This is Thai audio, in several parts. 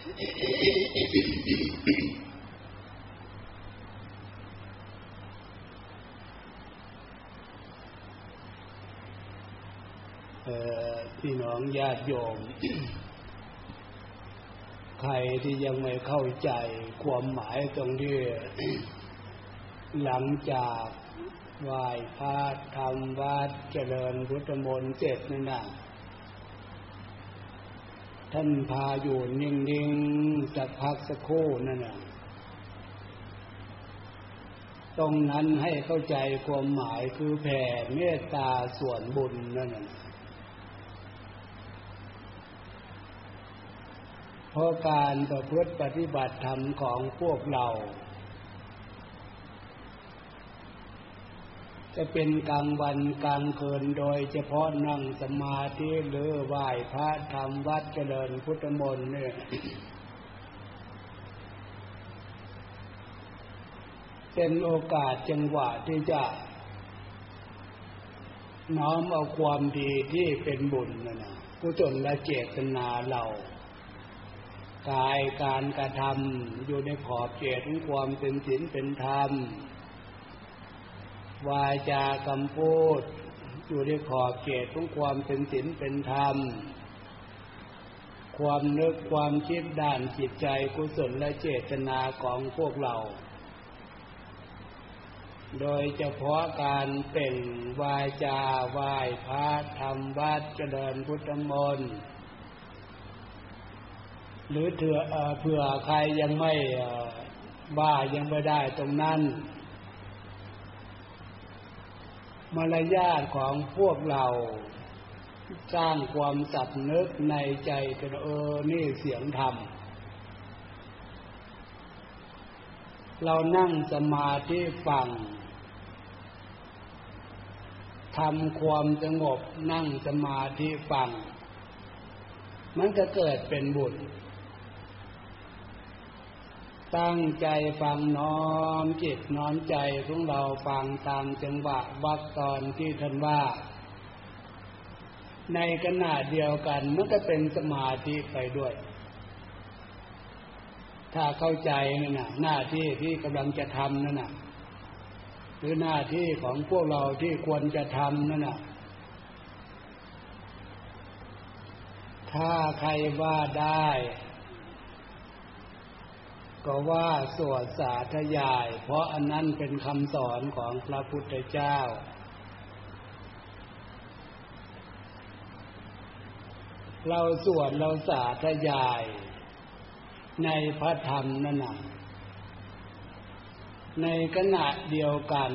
พี่น้องญาติโยม ใครที่ยังไม่เข้าใจความหมายตรงที่ หลังจากไหว้พระทำวัดเจริญพุทธมนต์เสร็จนั่นน่ะท่านพาอยู่นิ่งๆสักพักสักครู่นั่นน่ะตรงนั้นให้เข้าใจความหมายคือแผ่เมตตาส่วนบุญนั่นน่ะเพราะการประพฤติปฏิบัติธรรมของพวกเราจะเป็นกลางวันกลางคืนโดยเฉพาะนั่งสมาธิหรือไหว้พระทำวัดเจริญพุทธมนต์เนี่ยเป็นโอกาสจังหวะที่จะน้อมเอาความดีที่เป็นบุญนั่นน่ะกุศลเจตนาเรากายการกระทำอยู่ในขอบเขตของความเป็นศีลเป็นธรรมวาจากำพูดอยู่ในขอบเขตของความเป็นศีลเป็นธรรมความนึกความคิดด้านจิตใจกุศลและเจตนาของพวกเราโดยเฉพาะการเป็นวาจาไหว้พระทำวัดเจริญพุทธมนต์หรือเผื่อใครยังไม่บ้ายังไม่ได้ตรงนั้นมารยาทของพวกเราสร้างความสำนึกในใจกันนี่เสียงธรรมเรานั่งสมาธิฟังทำความสงบนั่งสมาธิฟังมันก็เกิดเป็นบุญตั้งใจฟังน้อมจิตน้อมใจของเราฟังตามจังหวะวรรคตอนที่ท่านว่าในขณะเดียวกันมันก็เป็นสมาธิไปด้วยถ้าเข้าใจนั่นน่ะหน้าที่ที่กำลังจะทำนั่นน่ะหรือหน้าที่ของพวกเราที่ควรจะทำนั่นน่ะถ้าใครว่าได้ก็ว่าสวดสาธยายเพราะอันนั้นเป็นคำสอนของพระพุทธเจ้าเราสวดเราสาธยายในพระธรรมนั่นน่ะในขณะเดียวกัน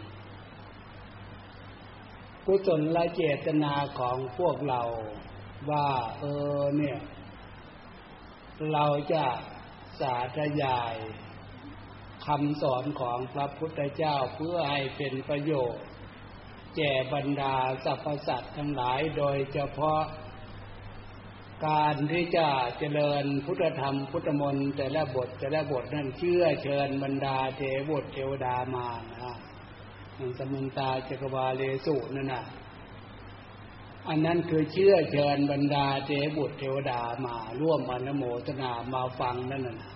กุศลเจตนาของพวกเราว่าเนี่ยเราจะสาธยายคำสอนของพระพุทธเจ้าเพื่อให้เป็นประโยชน์แก่บรรดาสรรพสัตว์ทั้งหลายโดยเฉพาะการที่จะเจริญพุทธธรรมพุทธมนต์แต่ละบทนั้นเชื้อเชิญบรรดาเทวดาเทวดามาอย่างสมุนตาจักวาเลสุนั่นน่ะอันนั้นคือเชื้อเชิญบรรดาเทวบุตรเทวดามาร่วมอนุโมทนามาฟังนั่นน่ะ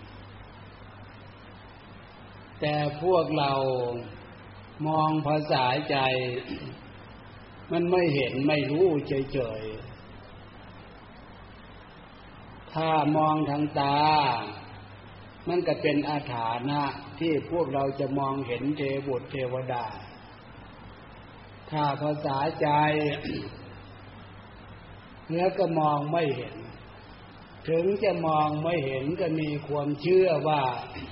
แต่พวกเรามองภาษาใจมันไม่เห็นไม่รู้เฉยๆถ้ามองทางตามันก็เป็นอาถรรพ์ที่พวกเราจะมองเห็นเทวบุตรเทวดาถ้าภาษาใจแล้วก็มองไม่เห็นถึงจะมองไม่เห็นก็มีความเชื่อว่า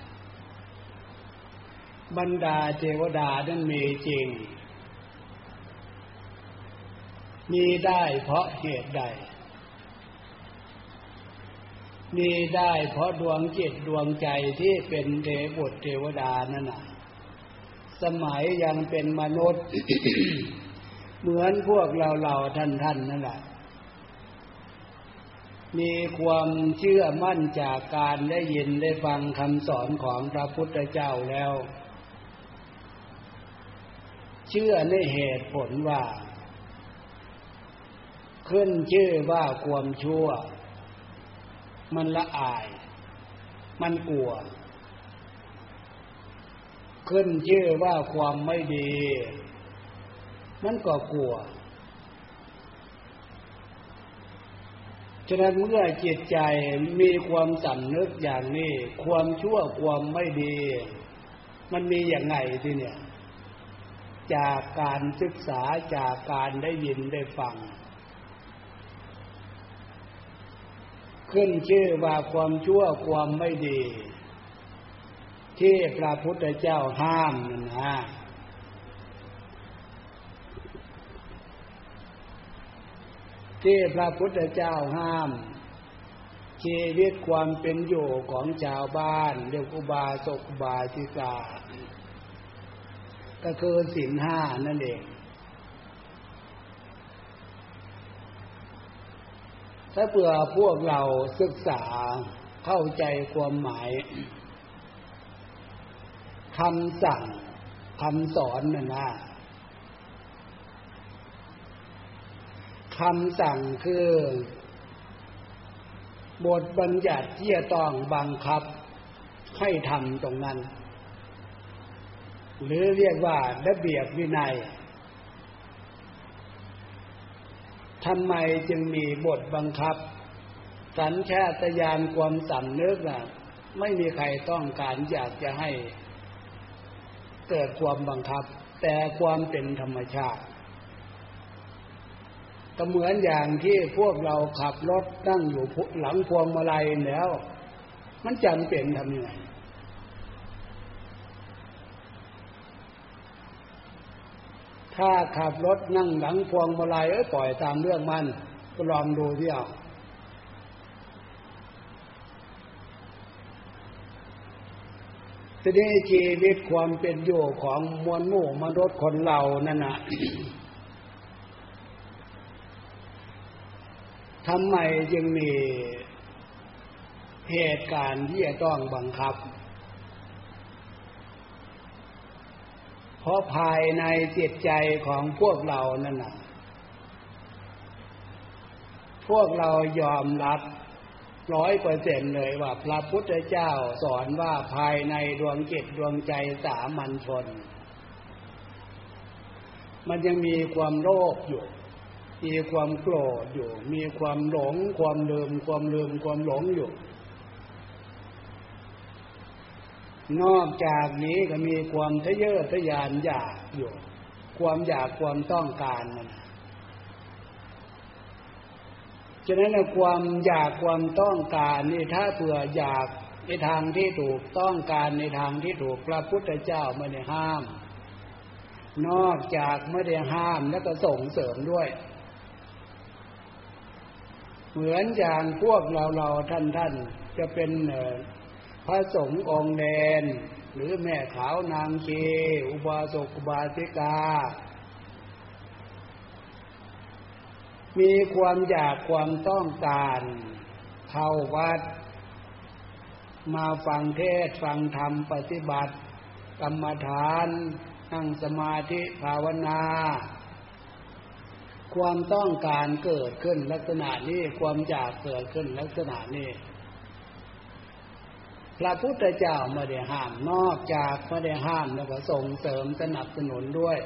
บรรดาเทวดานั้นมีจริงมีได้เพราะเหตุใดมีได้เพราะดวงจิตดวงใจที่เป็นเทวบุตรเทวดานั่นน่ะสมัยยังเป็นมนุษย์ เหมือนพวกเราท่านนั่นแหละมีความเชื่อมั่นจากการได้ยินได้ฟังคำสอนของพระพุทธเจ้าแล้วเชื่อในเหตุผลว่าขึ้นชื่อว่าความชั่วมันละอายมันกลัวขึ้นชื่อว่าความไม่ดีมันก็กลัวฉะนั้นเมื่อจิตใจมีความสำนึกอย่างนี้ความชั่วความไม่ดีมันมีอย่างไงทีเนี่ยจากการศึกษาจากการได้ยินได้ฟังขึ้นชื่อว่าความชั่วความไม่ดีที่พระพุทธเจ้าห้ามนั่นนะที่พระพุทธเจ้าห้ามชีวิตความเป็นอยู่ของชาวบ้านเรียกอุบาสกอุบาสิกาก็คือศีลห้านั่นเองถ้าเผื่อพวกเราศึกษาเข้าใจความหมายคำสั่งคำสอนนั่นนะคำสั่งคือบทบัญญัติที่จะต้องบังคับให้ทำตรงนั้นหรือเรียกว่าระเบียบวินัยทำไมจึงมีบทบังคับสัญชาตญาณความสำนึกน่ะไม่มีใครต้องการอยากจะให้เกิดความบังคับแต่ความเป็นธรรมชาติก็เหมือนอย่างที่พวกเราขับรถนั่งอยู่หลังพวงมาลัยแล้วมันจำเป็นทำยังไงถ้าขับรถนั่งหลังพวงมาลัยปล่อยตามเรื่องมันก็ลองดูที่เอาทีนี้ชีวิตความเป็นอยู่ของมวลหมู่มนุษย์คนเรานั่นน่ะ ทำไมจึงมีเหตุการณ์ที่จะต้องบังคับเพราะภายในจิตใจของพวกเรานั่นน่ะพวกเรายอมรับ 100% เลยว่าพระพุทธเจ้าสอนว่าภายในดวงจิตดวงใจสามัญชนมันยังมีความโลภอยู่มีความโกรธอยู่มีความหลงความลืมความหลงอยู่นอกจากนี้ก็มีความทะเยอทะยานอยากอยู่ความอยากความต้องการนั่นฉะนั้นความอยากความต้องการนี่ถ้าเผื่ออยากในทางที่ถูกต้องการในทางที่ถูกพระพุทธเจ้าไม่ได้ห้ามนอกจากไม่ได้ห้ามแล้วก็ส่งเสริมด้วยเหมือนอย่างพวกเราท่านจะเป็นพระสงฆ์องค์แดนหรือแม่ขาวนางชีอุบาสกอุบาสิกามีความอยากความต้องการเข้าวัดมาฟังเทศน์ฟังธรรมปฏิบัติกรรมฐานนั่งสมาธิภาวนาความต้องการเกิดขึ้นลักษณะนี้ความอยากเกิดขึ้นลักษณะนี้พระพุทธเจ้าไม่ได้ห้ามนอกจากไม่ได้ห้ามแล้วก็ส่งเสริมสนับสนุนด้วย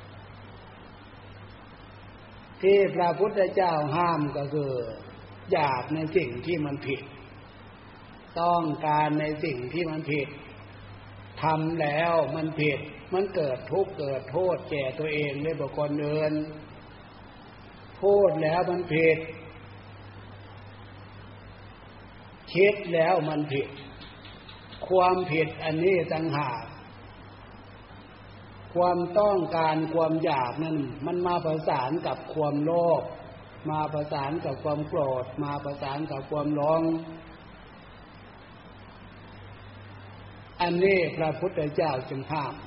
ที่พระพุทธเจ้าห้ามก็คืออยากในสิ่งที่มันผิดต้องการในสิ่งที่มันผิดทำแล้วมันผิดมันเกิดทุกข์เกิดโทษแก่ตัวเองและบุคคลอื่นพูดแล้วมันผิดคิดแล้วมันผิดความผิดอันนี้ต่างหากความต้องการความอยากนั้นมันมาประสานกับความโลภมาประสานกับความโกรธมาประสานกับความหลงอันนี้พระพุทธเจ้าจึงห้าม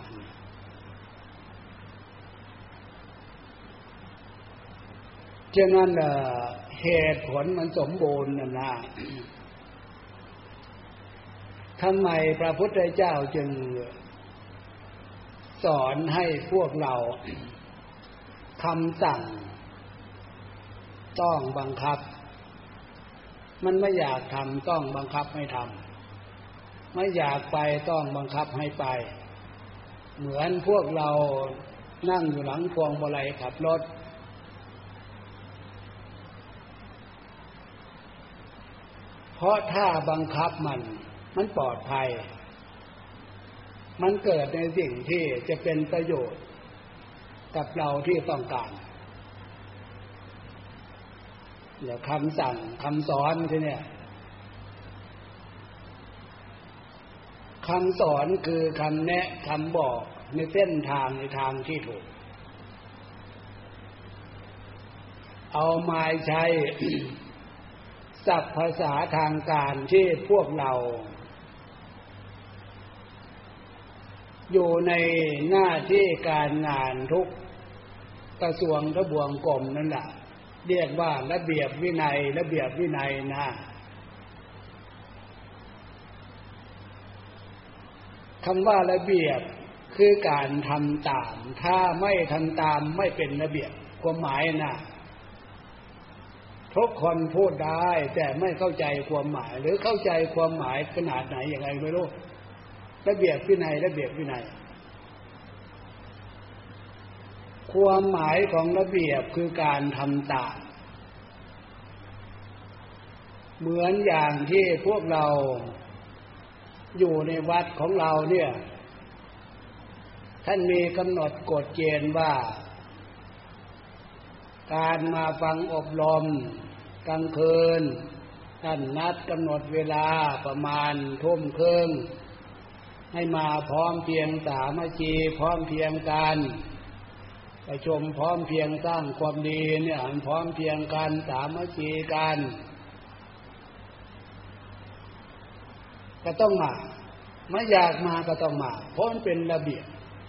ฉะนั้นเหตุผลมันสมบูรณ์นะ ทำไมพระพุทธเจ้าจึงสอนให้พวกเราคำสั่งต้องบังคับมันไม่อยากทำต้องบังคับให้ทไม่อยากไปต้องบังคับให้ไปเหมือนพวกเรานั่งอยู่หลังพวงมาลัยขับรถเพราะถ้าบังคับมันปลอดภัยมันเกิดในสิ่งที่จะเป็นประโยชน์กับเราที่ต้องการเดี๋ยวคำสั่งคำสอนที่เนี่ยคำสอนคือคำแนะคำบอกในเส้นทางในทางที่ถูกเอามาใช้ ศัพท์ภาษาทางการที่พวกเราอยู่ในหน้าที่การงานทุกกระทรวงทบวงกรมนั่นแหละเรียกว่าระเบียบวินัยระเบียบวินัยนะคำว่าระเบียบคือการทำตามถ้าไม่ทำตามไม่เป็นระเบียบความหมายนะทุกคนพูดได้แต่ไม่เข้าใจความหมายหรือเข้าใจความหมายขนาดไหนอย่างไรไม่รู้ระเบียบวินัยระเบียบวินัยความหมายของระเบียบคือการทำตามเหมือนอย่างที่พวกเราอยู่ในวัดของเราเนี่ยท่านมีกำหนดกฎเกณฑ์ว่าการมาฟังอบรมกลางคืนท่านนัดกำหนดเวลาประมาณ 20:30 น.ให้มาพร้อมเพียงสามัคคีพร้อมเพียงกันประชุมพร้อมเพียงสร้างความดีเนี่ยพร้อมเพียงกันสามัคคีกันก็ต้องมาไม่อยากมาก็ต้องมาเพราะมันเป็นระเบียบ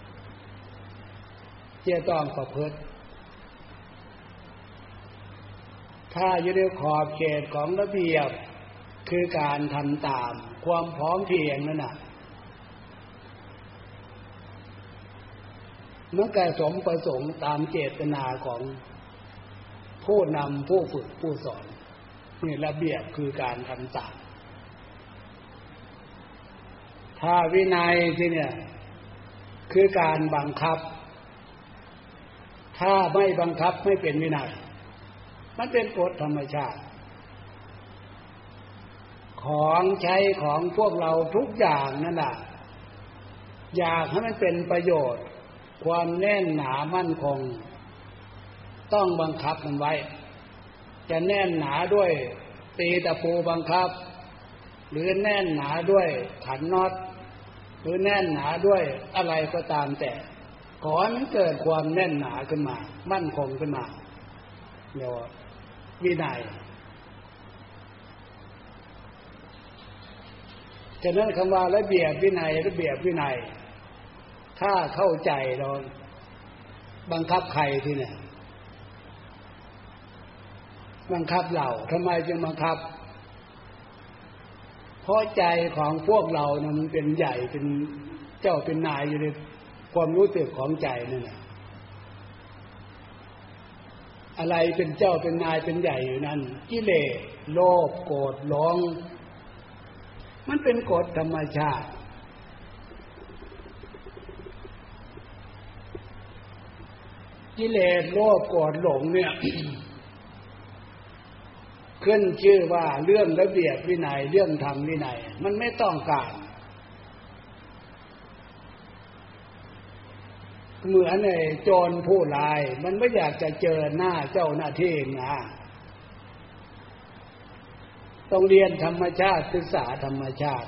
ที่ต้องประพฤติถ้าอยู่ในขอบเขตของระเบียบคือการทำตามความพร้อมเพรียงนั่นน่ะมันก็สมประสงค์ตามเจตนาของผู้นำผู้ฝึกผู้สอนนี่ระเบียบคือการทำตามถ้าวินัยที่เนี่ยคือการบังคับถ้าไม่บังคับไม่เป็นวินัยมันเป็นกฎธรรมชาติของใช้ของพวกเราทุกอย่างนั่นแหละอยากให้มันเป็นประโยชน์ความแน่นหนามั่นคงต้องบังคับมันไว้จะแน่นหนาด้วยตีตะปูบังคับหรือแน่นหนาด้วยขันน็อตหรือแน่นหนาด้วยอะไรก็ตามแต่ขอให้มันเกิดความแน่นหนาขึ้นมามั่นคงขึ้นมาเรียกว่าวินัยฉะนั้นคำว่าระเบียบวินัยระเบียบวินัยถ้าเข้าใจเราบังคับใครที่เนี่ยบังคับเราทำไมจึงบังคับเพราะใจของพวกเรานะมันเป็นใหญ่เป็นเจ้าเป็นนายอยู่ในความรู้สึกของใจนั่นแหละอะไรเป็นเจ้าเป็นนายเป็นใหญ่อยู่นั้นกิเลสโลภโกรธหลงมันเป็นกฎธรรมชาติกิเลสโลภโกรธหลงเนี่ย ขึ้นชื่อว่าเรื่องระเบียบวินัยเรื่องธรรมวินัยมันไม่ต้องการเหมือนไอ้โจรผู้ร้ายมันไม่อยากจะเจอหน้าเจ้าหน้าที่นะต้องเรียนธรรมชาติศึกษาธรรมชาติ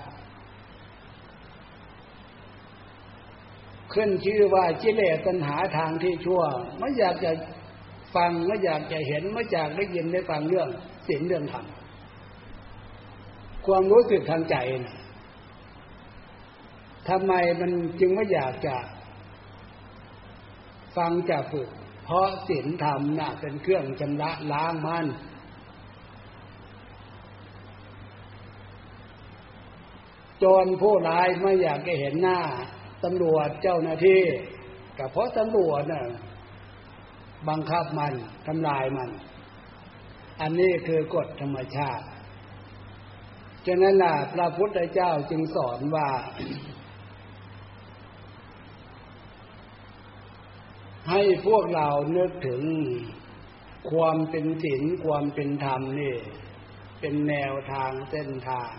ขึ้นชื่อว่ากิเลสตัณหาทางที่ชั่วไม่อยากจะฟังไม่อยากจะเห็นไม่อยากได้ยินได้ฟังเรื่องศีลเรื่องธรรมความรู้สึกทางใจนะทำไมมันจึงไม่อยากจะฟังจะฝึกเพราะศีลธรรมน่ะเป็นเครื่องชำระล้างมันโจรผู้ร้ายไม่อยากจะเห็นหน้าตำรวจเจ้าหน้าที่ก็เพราะตำรวจน่ะบังคับมันทำลายมันอันนี้คือกฎธรรมชาติฉะนั้นล่ะพระพุทธเจ้าจึงสอนว่าให้พวกเรานึกถึงความเป็นศีลความเป็นธรรมนี่เป็นแนวทางเส้นทาง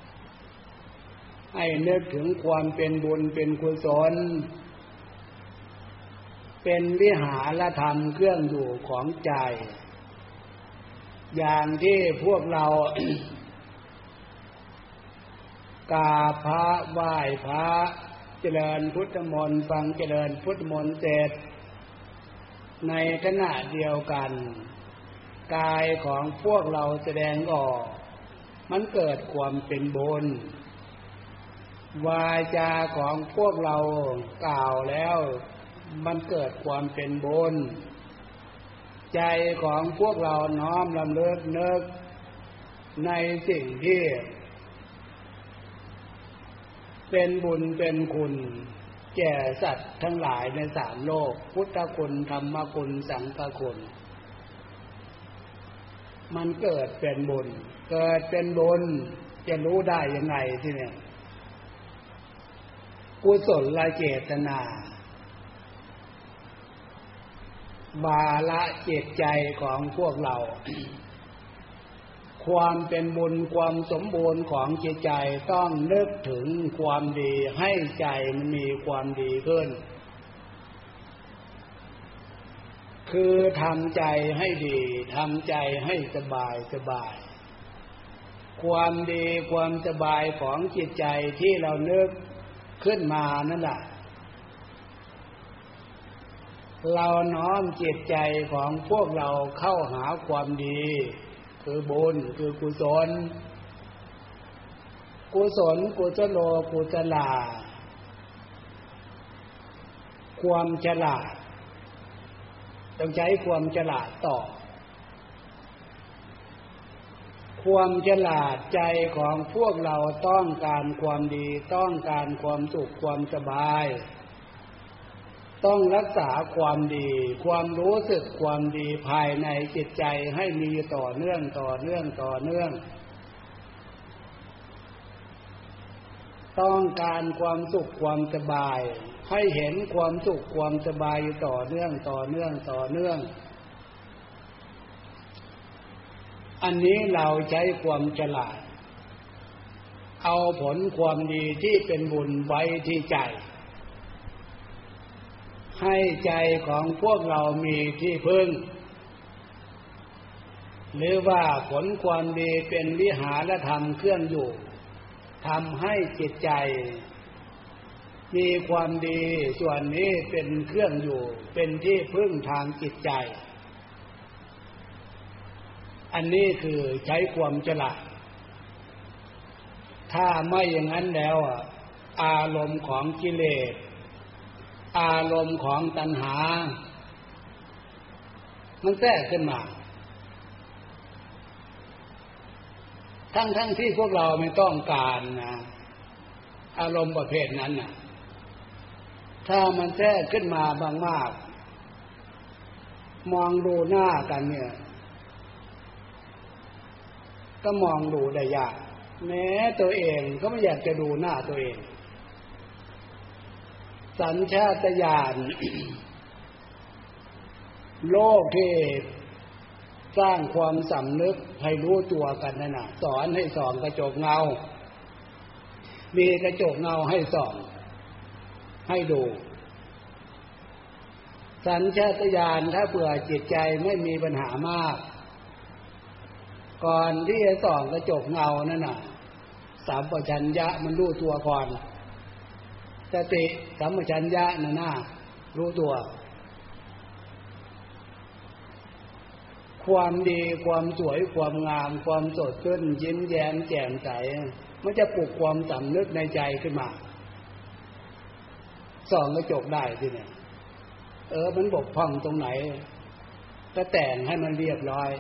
ให้นึกถึงความเป็นบุญเป็นกุศลเป็นวิหารธรรมเครื่องอยู่ของใจอย่างที่พวกเรา กราบพระไหว้พระเจริญพุทธมนต์ฟังเจริญพุทธมนต์เสร็จในขณะเดียวกันกายของพวกเราแสดงออกมันเกิดความเป็นบุญวาจาของพวกเรากล่าวแล้วมันเกิดความเป็นบุญใจของพวกเราน้อมรำลึกนึกในสิ่งที่เป็นบุญเป็นคุณแก่สัตว์ทั้งหลายในสามโลกพุทธคุณธรรมคุณสังฆคุณมันเกิดเป็นบุญเกิดเป็นบุญจะรู้ได้ยังไงที่เนี่ยกุศลเจตนาบาละจิตใจของพวกเรา ความเป็นบุญความสมบูรณ์ของจิตใจต้องนึกถึงความดีให้ใจมันมีความดีขึ้นคือทำใจให้ดีทำใจให้สบายสบายความดีความสบายของจิตใจที่เรานึกขึ้นมานั่นแหละเราน้อมจิตใจของพวกเราเข้าหาความดีคือบุญคือกุศลกุศลกุศโลกุศลาความฉลาดต้องใช้ความฉลาดต่อความฉลาดใจของพวกเราต้องการความดีต้องการความสุขความสบายต้องรักษาความดีความรู้สึกความดีภายในจิตใจให้มีต่อเนื่องต่อเนื่องต่อเนื่องต้องการความสุขความสบายให้เห็นความสุขความสบายต่อเนื่องต่อเนื่องต่อเนื่องอันนี้เราใช้ความฉลาดเอาผลความดีที่เป็นบุญไว้ที่ใจให้ใจของพวกเรามีที่พึ่งหรือว่าผลความดีเป็นวิหารธรรมเครื่องอยู่ทำให้จิตใจมีความดีส่วนนี้เป็นเครื่องอยู่เป็นที่พึ่งทางจิตใจอันนี้คือใช้ความฉลาดถ้าไม่อย่างนั้นแล้วอารมณ์ของกิเลสอารมณ์ของตัณหามันแทรกขึ้นมาทั้งที่พวกเราไม่ต้องการนะอารมณ์ประเภทนั้นน่ะถ้ามันแทรกขึ้นมาบางมากมองดูหน้ากันเนี่ยก็มองดูได้ยากแม้ตัวเองก็ไม่อยากจะดูหน้าตัวเองสัญชาตญาณ โลกที่สร้างความสำนึกให้รู้ตัวกันนั่นน่ะสอนให้ส่องกระจกเงามีกระจกเงาให้ส่องให้ดูสัญชาตญาณถ้าเผื่อจิตใจไม่มีปัญหามากก่อนที่จะส่องกระจกเงานั่นน่ะสัมปชัญญะมันรู้ตัวก่อนสติสัมปชัญญะน่ะรู้ตัวความดีความสวยความงามความสดชื่นยิ้มแย้มแจ่มใสมันจะปลุกความสำนึกในใจขึ้นมาส่องกระจกได้ทีเนี่ยมันบกพร่องตรงไหนก็แต่งให้มันเรียบร้อย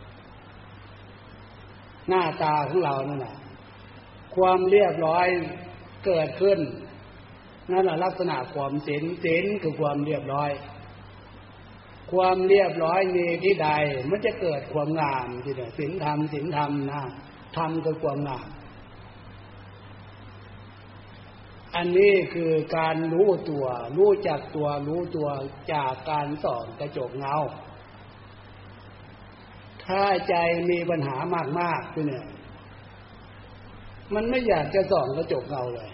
หน้าตาของเรานั่นน่ะความเรียบร้อยเกิดขึ้นนั่นแหละลักษณะความศีลคือความเรียบร้อยความเรียบร้อยมีที่ใดมันจะเกิดความงามที่เนี่ยศีลธรรมนะธรรมคือความงามนนี้คือการรู้ตัวรู้จักตัวรู้ตัวจากการส่องกระจกเงาถ้าใจมีปัญหามากๆเนี่ยมันไม่อยากจะส่องกระจกเงาเลย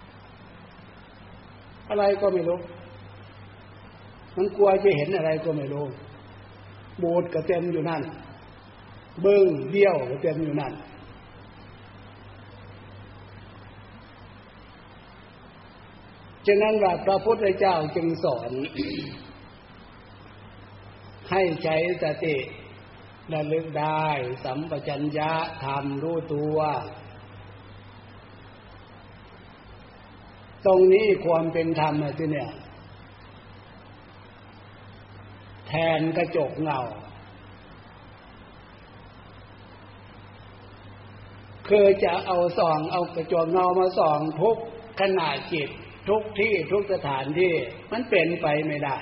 อะไรก็ไม่รู้มันกลัวจะเห็นอะไรก็ไม่รู้บูดก็เต็มอยู่นั่นเบิ้งเบี้ยวก็เต็มอยู่นั่นฉะนั้นว่าพระพุทธเจ้าจึงสอน ให้ใช้สติระลึกได้สัมปชัญญะธรรมรู้ตัวตรงนี้ความเป็นธรรมที่เนี่ยแทนกระจกเงาคือจะเอาส่องเอากระจกเงามาส่องทุกขณะจิตทุกที่ทุกสถานที่มันเป็นไปไม่ได้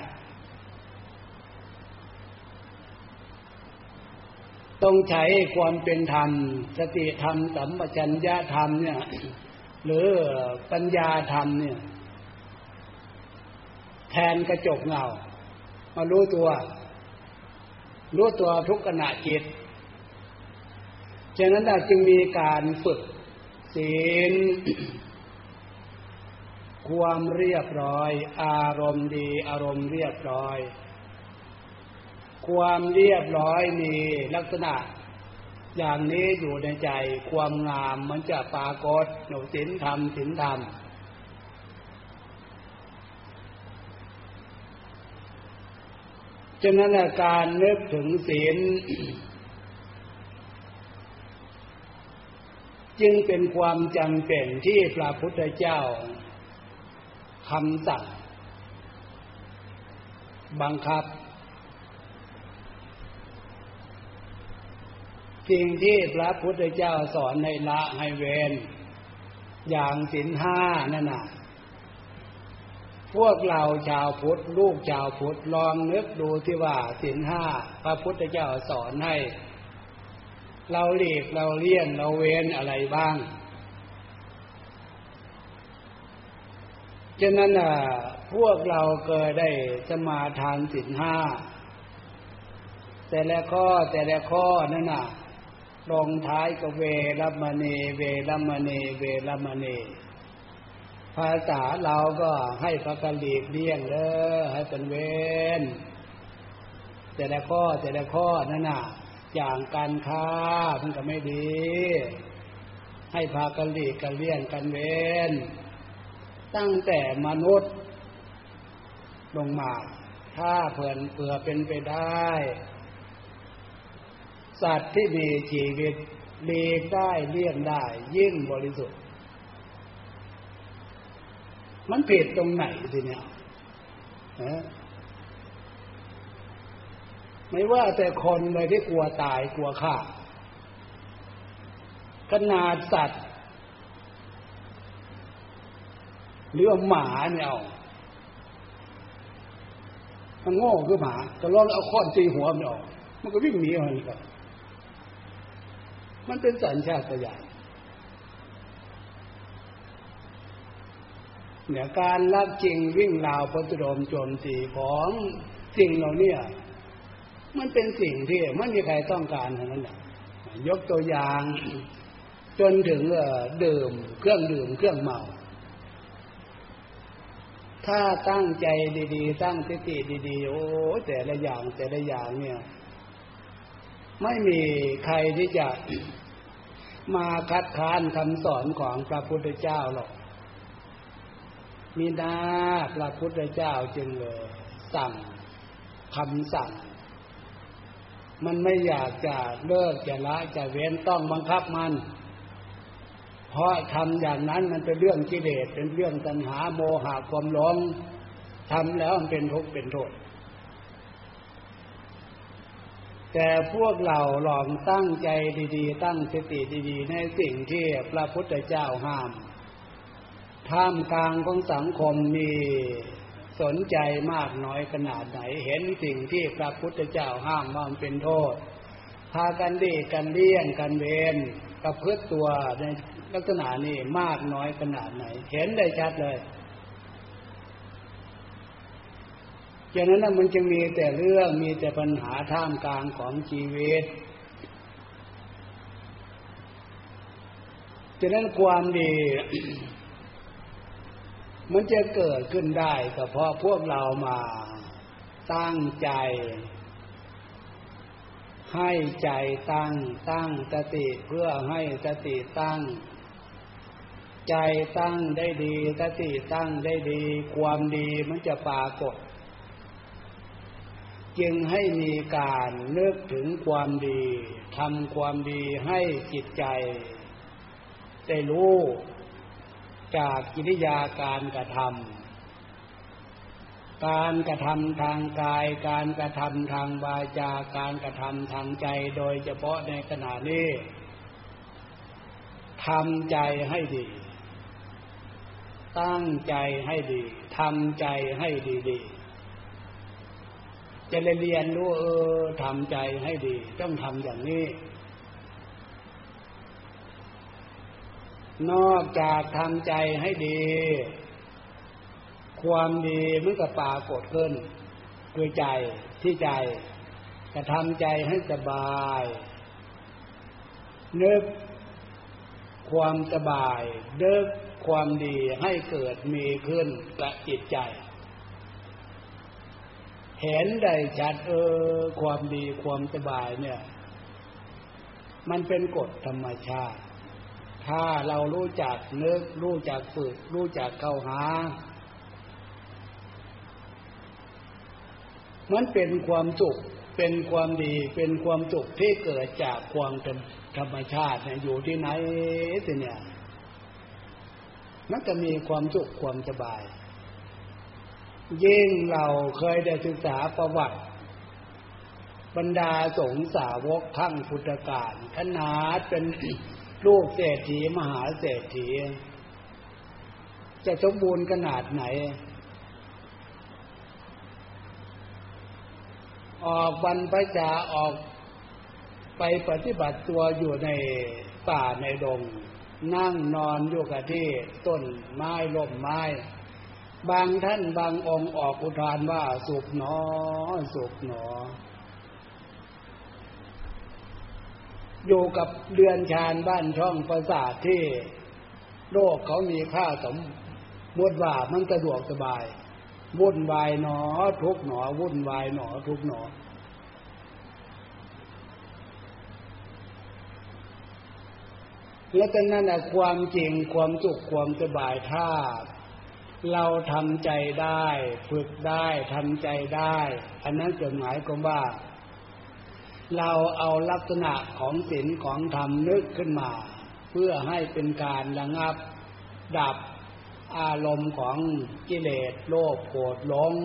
ต้องใช้ความเป็นธรรมสติธรรมสัมปชัญญะธรรมเนี่ยหรือปัญญาธรรมเนี่ยแทนกระจกเงามารู้ตัวทุกขณะจิตฉะนั้นจึงมีการฝึกศีลความเรียบร้อยอารมณ์ดีอารมณ์เรียบร้อยความเรียบร้อยมีลักษณะอย่างนี้อยู่ในใจความงามมันจะปรากฏในศีลธรรมฉะนั้นการนึกถึงศีล จึงเป็นความจำเป็นที่พระพุทธเจ้าคำสั่งบังคับสิ่งที่พระพุทธเจ้าสอนให้ละให้เว้นอย่างศีลห้านั่นน่ะพวกเราชาวพุทธลูกชาวพุทธลองนึกดูที่ว่าศีลห้าพระพุทธเจ้าสอนให้เราหลีกเราเลี่ยงเราเว้นอะไรบ้างฉะนั้นพวกเราเคยได้สมาทานศีลห้าแต่ละข้อนั่นน่ะลงท้ายก็เวรมณีเวรมณีเวรมณีภาษาเราก็ให้พระกันหลีกเลี่ยงเด้อให้เป็นเว้นแต่ละข้อนั่นน่ะอย่างการค้ามันก็ไม่ดีให้พากันหลีกกันเลี่ยงกันเว้นตั้งแต่มนุษย์ลงมาถ้าเผื่อเป็นไปได้สัตว์ที่มีชีวิตหลีกได้เลี่ยงได้ยิ่งบริสุทธิ์มันผิดตรงไหนทีเนี้ยไม่ว่าแต่คนเลยที่กลัวตายกลัวฆ่าขนาดสัตว์หรือหมาเนี่ยมันโง่คือหมาก็ลองเอาค้อนตีหัวมันออกมันก็วิ่งหนีมันครับมันเป็นสัญชาตญาณเนี่ยการลักจริงวิ่งราวปฏิโลมโจมตีของสิ่งเหล่านี้มันเป็นสิ่งที่ไม่มีใครต้องการเท่านั้นแหละยกตัวอย่างจนถึงดื่มเครื่องดื่มเครื่องเมาถ้าตั้งใจดีๆตั้งสติดีๆโอ้แต่ละอย่างเนี่ยไม่มีใครที่จะมาคัดค้านคำสอนของพระพุทธเจ้าหรอกมีนาพระพุทธเจ้าจึงสั่งคำสั่งมันไม่อยากจะเลิกจะละจะเว้นต้องบังคับมันเพราะทำอย่างนั้นมันเป็นเรื่องกิเลสเป็นเรื่องตัณหาโมหะความหลงทำแล้วมันเป็นทุกข์เป็นโทษแต่พวกเราลองตั้งใจดีๆตั้งสติดีๆในสิ่งที่พระพุทธเจ้าห้ามท่ามกลางของสังคมมีสนใจมากน้อยขนาดไหนเห็นสิ่งที่พระพุทธเจ้าห้ามว่ามันเป็นโทษพากันดีกันเลี่ยงกันเว้นประพฤติตัวในลักษณะนี้มากน้อยขนาดไหนเห็นได้ชัดเลยฉะนั้นมันจึงมีแต่เรื่องมีแต่ปัญหาท่ามกลางของชีวิตฉะนั้นความดี มันจะเกิดขึ้นได้ก็เพราะพวกเรามาตั้งใจให้ใจตั้งสติเพื่อให้สติตั้งใจตั้งได้ดีสติตั้งได้ดีความดีมันจะปรากฏจึงให้มีการนึกถึงความดีทำความดีให้จิตใจได้รู้จากกิริยาการกระทำการกระทำทางกายการกระทำทางวาจาการกระทำทางใจโดยเฉพาะในขณะนี้ทำใจให้ดีตั้งใจให้ดีทำใจให้ดีๆจะเรียนรู้ทำใจให้ดีต้องทำอย่างนี้นอกจากทำใจให้ดีความดีมันก็ปรากฏขึ้นด้วยใจที่ใจกระทำใจให้สบายนึกความสบายนึกความดีให้เกิดมีขึ้นกับจิตใจเห็นได้ชัดความดีความสบายเนี่ยมันเป็นกฎธรรมชาติถ้าเรารู้จักนึกรู้จักฝึกรู้จักเข้าหามันเป็นความสุขเป็นความดีเป็นความสุขที่เกิดจากความธรรมชาติเนี่ยอยู่ที่ไหนสิเนี่ยมันก็มีความสุขความสบายยิ่งเราเคยได้ศึกษาประวัติบรรดาสงฆ์สาวกทั้งพุทธกาลขนาดเป็นลูกเศรษฐีมหาเศรษฐีจะสมบูรณ์ขนาดไหนออกบรรพชาออกไปปฏิบัติตัวอยู่ในป่าในดงนั่งนอนอยู่กับที่ต้นไม้ร่มไม้บางท่านบางองค์ออกอุทานว่าสุขหนอสุขหนออยู่กับเรือนชานบ้านช่องปราสาทที่โลกเขามีค่าสมมติว่ามันสะดวกสบายวุ่นวายหนอทุกข์หนอวุ่นวายหนอทุกข์หนอและเป็นนั่นแหละความจริงความสุขความสบายถ้าเราทำใจได้ฝึกได้ทำใจได้อันนั้นจะหมายความว่าเราเอาลักษณะของศีลของธรรมนึกขึ้นมาเพื่อให้เป็นการระงับดับอารมณ์ของกิเลสโลภโกรธหลง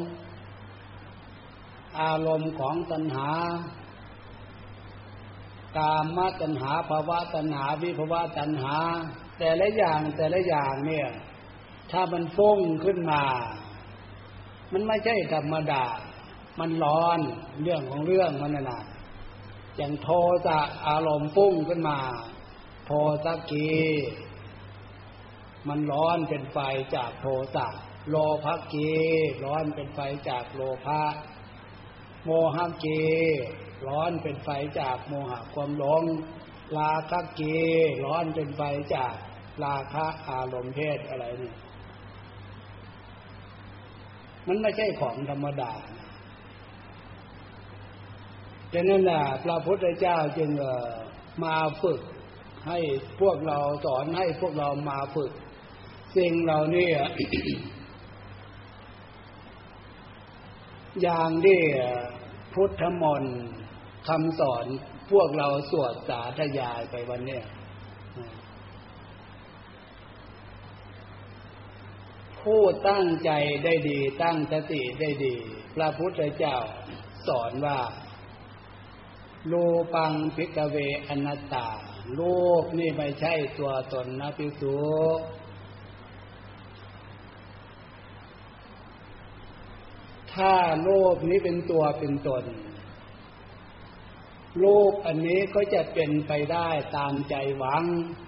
อารมณ์ของตัณหากามตัณหาภวตัณหาวิภวตัณหาแต่ละอย่างเนี่ยถ้ามันฟุ้งขึ้นมามันไม่ใช่ธรรมดามันร้อนเรื่องของเรื่องมันน่ะอย่างโทสะอารมณ์ฟุ้งขึ้นมาโทสะกีมันร้อนเป็นไฟจากโทสะโลภกีร้อนเป็นไฟจากโลภะโมหกีร้อนเป็นไฟจากโมหะความหลงราคะกีร้อนเป็นไฟจากราคะอารมณ์เพศอะไรนี่มันไม่ใช่ของธรรมดาฉะนั้นน่ะพระพุทธเจ้าจึงมาฝึกให้พวกเราสอนให้พวกเรามาฝึกสิ่งเหล่านี้ อย่างที่พุทธมนต์คำสอนพวกเราสวดสาธยายไปวันนี้ผู้ตั้งใจได้ดีตั้งสติได้ดีพระพุทธเจ้าสอนว่าโลปังภิกขเวอนัตตาโลกนี่ไม่ใช่ตัวตนนะภิกษุถ้าโลกนี้เป็นตัวเป็นตนรูปอันนี้ก็จะเป็นไปได้ตามใจหวัง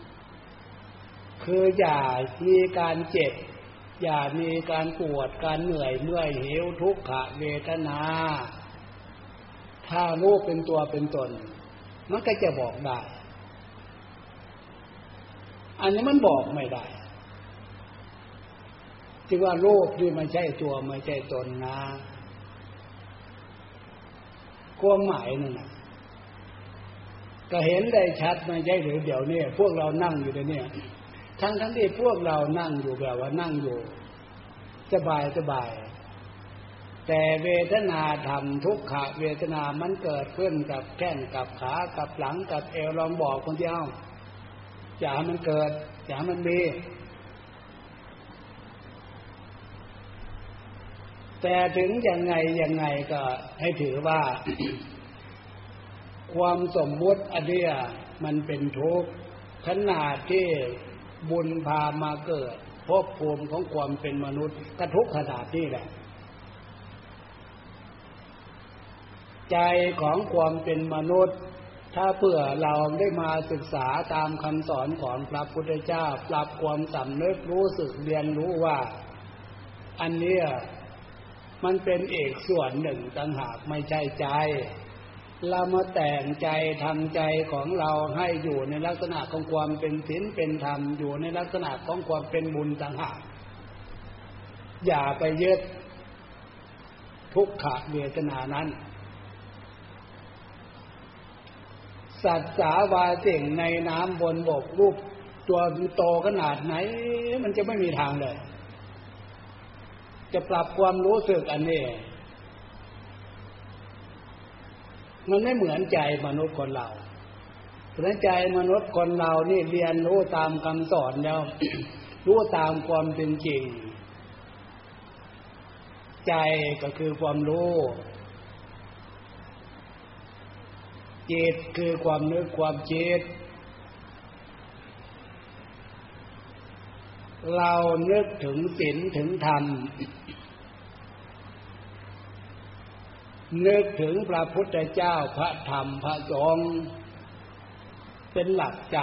คืออย่ามีการเจ็บอย่ามีการปวดการเหนื่อยเมื่อยหิวทุกขเวทนาถ้ารูปเป็นตัวเป็นตนมันก็จะบอกได้อันนี้มันบอกไม่ได้ที่ว่ารูปนี่ไม่ใช่ตัวไม่ใช่ตนนะความหมายนั่นน่ะก็เห็นได้ชัดไม่ใช่หรือเดี๋ยวนี้พวกเรานั่งอยู่เนี่ยทั้งที่พวกเรานั่งอยู่แบบว่านั่งอยู่สบายแต่เวทนาธรรมทุกขเวทนามันเกิดขึ้นกับแข้งกับขากับหลังกับเอวลองบอกคนเดียวอย่าให้มันเกิดอย่าให้มันมีแต่ถึงยังไงก็ให้ถือว่า ความสมมุติอันเนี้ยมันเป็นทุกข์ขนาดที่บุญพามาเกิดภพภูมิของความเป็นมนุษย์ก็ทุกข์ขนาดนี้แหละใจของความเป็นมนุษย์ถ้าเผื่อเราได้มาศึกษาตามคำสอนของพระพุทธเจ้าปรับความสำนึกรู้สึกเรียนรู้ว่าอันเนี้ยมันเป็นเอกส่วนหนึ่งต่างหากไม่ใช่ใจเรามาแต่งใจทำใจของเราให้อยู่ในลักษณะของความเป็นศีลเป็นธรรมอยู่ในลักษณะของความเป็นบุญต่างหากอย่าไปยึดทุกขเวทนานั้นสัตว์สาวาสิ่งในน้ำบนบกรูปตัวโตขนาดไหนมันจะไม่มีทางเลยจะปรับความรู้สึกอันนี้มันไม่เหมือนใจมนุษย์คนเราเพราะใจมนุษย์คนเรานี่เรียนรู้ตามคำสอนแล้ว รู้ตามความเป็นจริงใจก็คือความรู้จิตคือความนึกความคิดเรานึกถึงศีลถึงธรรมนึกถึงพระพุทธเจ้าพระธรรมพระสงฆ์เป็นหลักใจ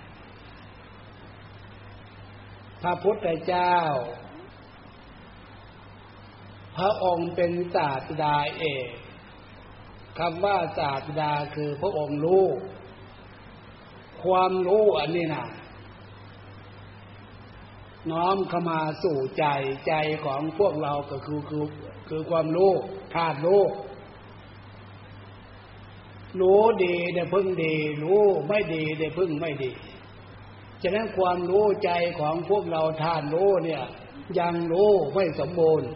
พระพุทธเจ้าพระองค์เป็นศาสดาเอกคำว่าศาสดาคือพระองค์รู้ความรู้อันนี้นะน้อมเข้ามาสู่ใจของพวกเราก็คือความรู้ธาตุรู้ดีได้พึ่งดีรู้ไม่ดีได้พึ่งไม่ดีฉะนั้นความรู้ใจของพวกเราธาตุรู้เนี่ยยังรู้ไม่สมบูรณ์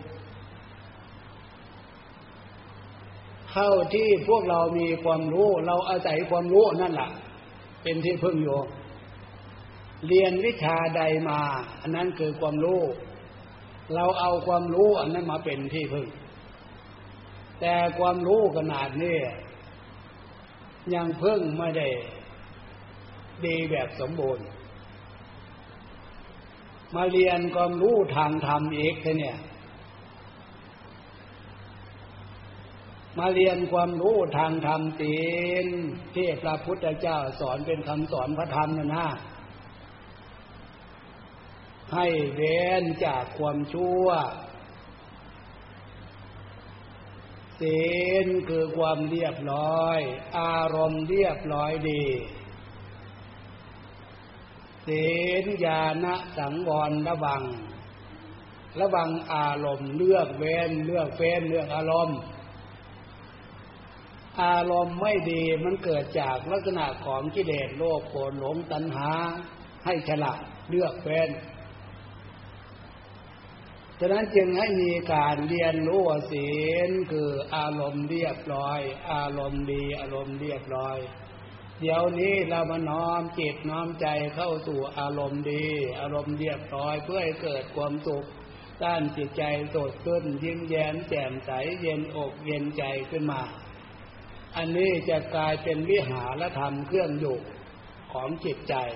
เท่าที่พวกเรามีความรู้เราอาศัยความรู้นั่นแหละเป็นที่พึ่งอยู่เรียนวิชาใดมาอันนั้นคือความรู้เราเอาความรู้อันนั้นมาเป็นที่พึ่งแต่ความรู้ขนาดนี้ยังพึ่งไม่ได้ดีแบบสมบูรณ์มาเรียนความรู้ทางธรรมอีกเนี่ยมาเรียนความรู้ทางธรรมศีลที่พระพุทธเจ้าสอนเป็นคำสอนพระธรรมนั่นนะให้เว้นจากความชั่วศีลคือความเรียบร้อยอารมณ์เรียบร้อยดีศีลญาณสังวรระวังอารมณ์เลือกเว้นเลือกเฟ้นเลือกอารมณ์ไม่ดีมันเกิดจากลักษณะของกิเลสโลภโกรธหลงตัณหาให้ฉลาดเลือกเฟ้นฉะนั้นจึงให้มีการเรียนรู้ศีลคืออารมณ์เรียบร้อยอารมณ์ดีอารมณ์เรียบร้อยเดี๋ยวนี้เรามาน้อมจิตน้อมใจเข้าสู่อารมณ์ดีอารมณ์เรียบร้อยเพื่อให้เกิดความสุขด้านจิตใจสดชื่นยิ้มแย้มแจ่มใสเย็นอกเย็นใจขึ้นมาอันนี้จะกลายเป็นวิหารธรรมเครื่องอยู่ของจิตใจ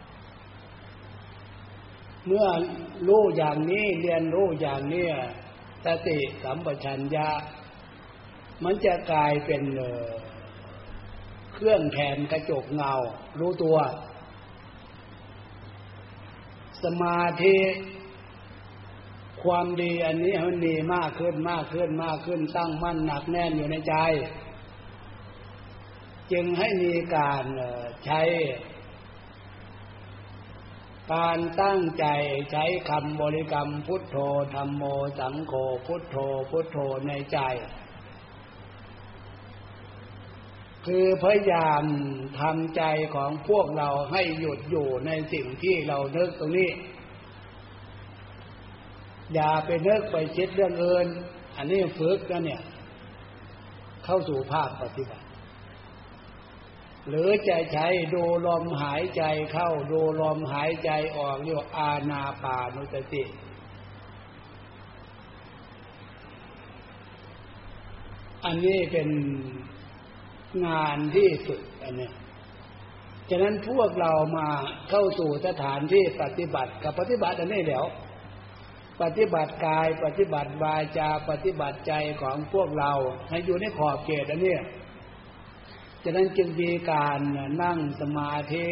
เมื่อรู้อย่างนี้เรียนรู้อย่างนี้สติสัมปชัญญะมันจะกลายเป็นเครื่องแขนกระจกเงารู้ตัวสมาธิความดีอันนี้มันมีมากขึ้นตั้งมั่นหนักแน่นอยู่ในใจจึงให้มีการใช้การตั้งใจใช้คำบริกรรมพุทโธธัมโมสังโฆพุทโธพุทโธในใจคือพยายามทำใจของพวกเราให้หยุดอยู่ในสิ่งที่เรานึกตรงนี้อย่าไปนึกไปคิดเรื่องอื่นอันนี้ฝึกนะเนี่ยเข้าสู่ภาคปฏิบัติหรือจะใช้ดูลมหายใจเข้าดูลมหายใจออกเรียกว่าอานาปานุสติอันนี้เป็นงานที่ฝึกอันนี้ฉะนั้นพวกเรามาเข้าสู่สถานที่ปฏิบัติกับปฏิบัติอันนี้เดี๋ยวปฏิบัติกายปฏิบัติวาจาปฏิบัติใจของพวกเราให้อยู่ในขอบเขตอันนี้ฉะนั้นจึงมีการนั่งสมาธิ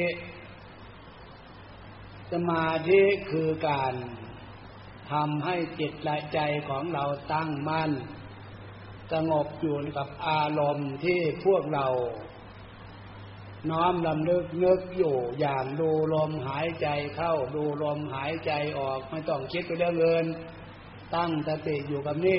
สมาธิคือการทำให้จิตและใจของเราตั้งมั่นสงบอยู่กับอารมณ์ที่พวกเราน้อมรำลึกนึกอยู่อย่างดูลมหายใจเข้าดูลมหายใจออกไม่ต้องคิดไปเรื่องอื่นตั้งสติอยู่กับนี้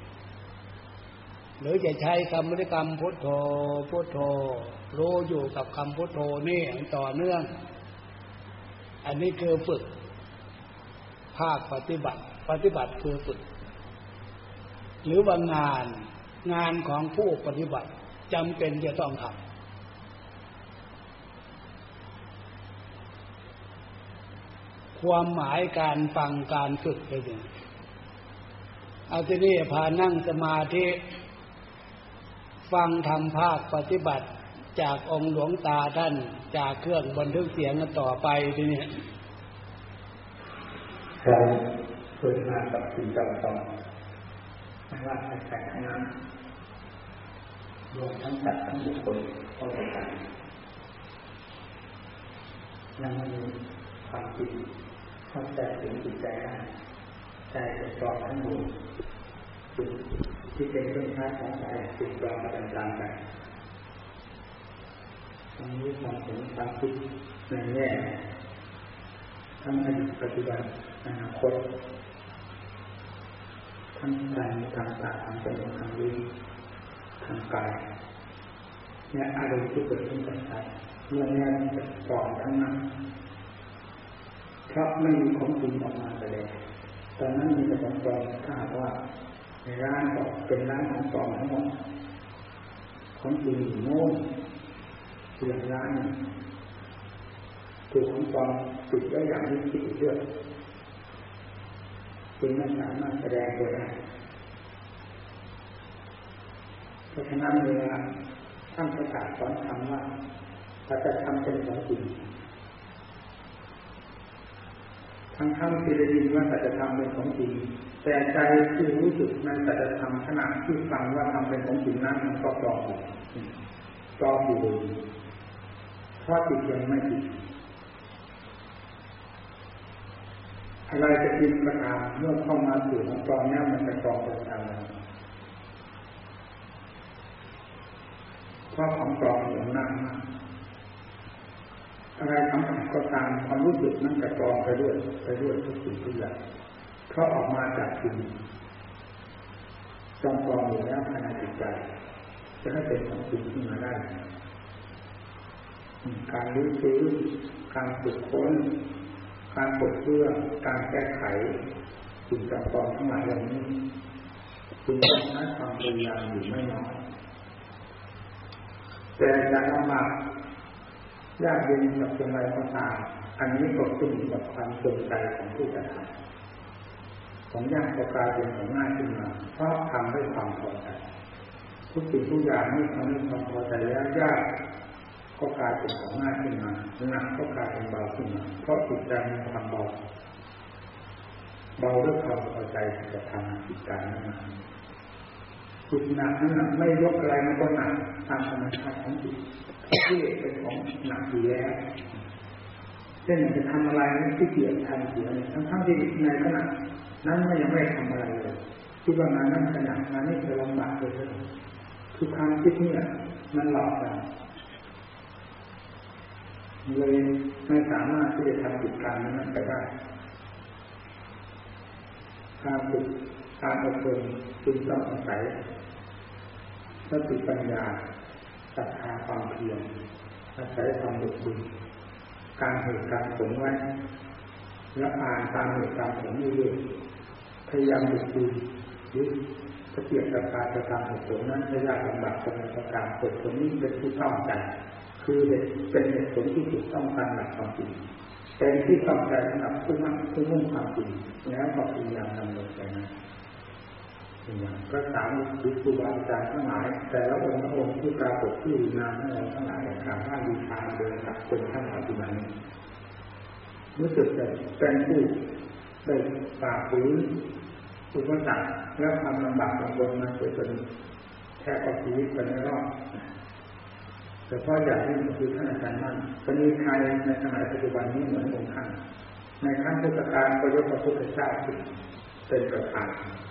หรือจะใช้คำบริกรรมพุทโธพุทโธรู้อยู่กับคำพุทโธนี่ต่อเนื่องอันนี้คือฝึกภาคปฏิบัติคือฝึกหรือว่างานของผู้ปฏิบัติจำเป็นจะต้องทำความหมายการฟังการฝึกเป็นอย่างเอาที่นี่พานั่งสมาธิฟังธรรมภาคปฏิบัติจากองค์หลวงตาท่านจากเครื่องบันทึกเสียงกันต่อไปทีนี้การฝึกงานกับสิ่งต่างๆไม่ว่าใครๆทั้งนั้นรวมทั้งสัตว์ทั้งบุคคลก็เหมือนกันยังไม่มีความจริงเข้าใจถึงจิตใจได้ใจจะปลอดทั้งหมดสิ่งที่เป็นเรื่องท้ายของใจสิ่งปลอมต่างๆกันตรงนี้ความถึงความคิดในแง่ทั้งอดีตปัจจุบันอนาคตทั้งการทางตาทางจมูกทางลิ้นทางกายเนี่ยอารมณ์ที่เกิดขึ้นกับใจเมื่อแน่จะปลอมทั้งนั้นเพราะไม่มีของจริงออกมาเลยตอนนั้นมีแต่ของปลอมถ้าหากว่าในร้านก็เป็นร้านของปลอมทั้งหมดของจริงโง่เปลี่ยนร้านถูกของปลอมติดไว้อย่างนี้ติดเยอะจึงไม่สามารถแสดงตัวได้เพราะฉะนั้นเวลาท่านประกาศสอนธรรมว่าเราจะทำเป็นของจริงทั้งที่ได้ยินว่าสัจธรรมเป็นของจริงแต่ใจที่รู้สึกในสัจธรรมขณะที่ฟังว่าทำเป็นของจริงนั้นมันก็ปลอมอยู่เพราะจิตยังไม่ติดอะไรจะจริงก็ตามเมื่อเข้ามาสู่ของปลอมเนี่ยมันจะปลอมเป็นตามนั้นเพราะของปลอมอยู่หน้ามากอะไรทำก็ตามความรู้สึกนั้นจะปลอมไปด้วยทุกสิ่งทุกอย่างเพราะออกมาจากจริงจอมปลอมอยู่แล้วภายในจิตใจจะให้เป็นของจริงขึ้นมาได้การรู้ซื้อการฝึกค้นการปลดเปลื้องการแก้ไขสิ่งจอมปลอมทั้งหลายเหล่านี้คุณต้องใช้ความพยายามอยู่ไม่น้อยแต่จะลำบากยากเย็นกับอย่างไรก็ตามอันนี้ก็ขึ้นอยู่กับความสนใจของผู้กระทำของยากก็กลายเป็นของง่ายขึ้นมาเพราะทำด้วยความพอใจทุกสิ่งทุกอย่างนี้ทำด้วยความพอใจแล้วยากก็กลายเป็นของง่ายขึ้นมาหนักก็กลายเป็นเบาขึ้นมาเพราะจิตใจมีความเบาด้วยความพอใจที่จะทำจิตใจนั้นจิตหนักนั้นไม่ยกอะไรมันก็หนักตามธรรมชาติของจิตที่เป็นของหนักอยู่แล้วเช่นจะทำอะไรที่เกียจทำเสียทั้งที่ในขณะนั้นยังไม่ทำอะไรเลยคิดว่างานนั้นขนาดงานนี้จะลำบากเลยคือความคิดเนี่ยมันหลอกเราเลยไม่สามารถที่จะทำกิจการนั้นไปได้การฝึกการอบรมจึงต้องอาศัยสติปัญญาศรัทธาความเพียรอาศัยความอดทนการเหตุการณ์ผลไว้และอ่านตามเหตุการณ์ผลเรื่อยๆพยายามอดทนหรือสติปัญญาจะตามเหตุผลนั้นไม่ยากลำบากเป็นประการผลนี้เป็นที่ต้องใจคือเป็นเหตุผลที่ถูกต้องตามหลักความจริงเป็นที่ต้องใจสำหรับผู้มุ่งความจริงแล้วก็พยายามดำเนินไปนะอย่างพระสารีบุตรครูบาอาจารย์ทั้งหลายแต่ละองค์ที่ปรากฏที่นามให้เราทั้งหลายในการท่านดีทางเดินกับคนทั้งปัจจุบันนี้รู้สึกจะเป็นผู้ได้ฝ่าฝืนอุปสรรคและความลำบากลำบนมาจนแทบเอาชีวิตไปไม่รอดแต่เพราะอย่างที่คือท่านอาจารย์มั่นจะมีใครในสมัยปัจจุบันนี้เหมือนองค์ท่านในขั้นพุทธกาลก็ยกพระพุทธเจ้าเป็นประธาน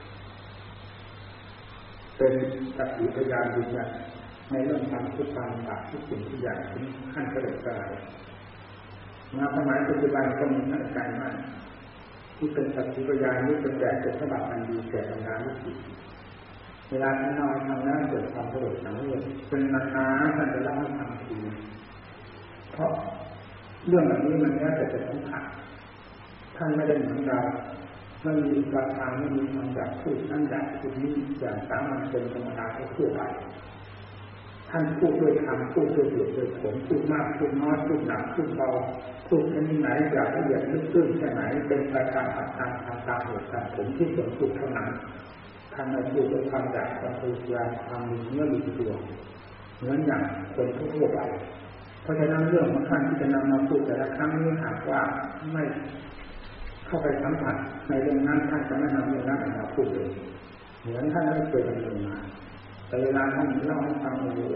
เป็นสักขีพยานยืนยันในเรื่องความทุกข์ความลำบากทุกสิ่งทุกอย่างที่ขั้นกระโดดกระโดดมาสมัยปัจจุบันก็มีท่านอาจารย์มั่นที่เป็นสักขีพยานนี้เป็นแบบเป็นฉบับอันดีแก่บรรดาลูกศิษย์เวลาท่านนอนทำแล้วเกิดความกระโดดสังเวชเป็นนานาท่านจะเล่าให้ฟังทีเพราะเรื่องแบบนี้มันแค่แต่จะสัมผัสท่านไม่ได้เหมือนเราไม่มีการทางไม่มีความอยากพูดนั่นอยากพูดนี้อย่างสามัญชนธรรมดาทั่วไปท่านพูดด้วยธรรมพูดด้วยเหตุด้วยผลพูดมากพูดน้อยพูดหนักพูดเบาพูดชนิดไหนอยากละเอียดลึกซึ้งแค่ไหนเป็นไปตามอัตตาตามเหตุตามผลที่ควรพูดเท่านั้นท่านไม่พูดด้วยความอยากความพยายามความมีเนื้อมีตัวเหมือนอย่างคนทั่วไปเพราะฉะนั้นเรื่องของท่านที่จะนำมาพูดแต่ละครั้งนี้หากว่าไม่เข้าไปสัมผัสในเรื่องนั้นท่านจะไม่นำเรื่องนั้นมาพูดเลยเหมือนท่านไม่เคยดำเนินมาแต่เวลาท่านเล่าให้ฟังโอ้โห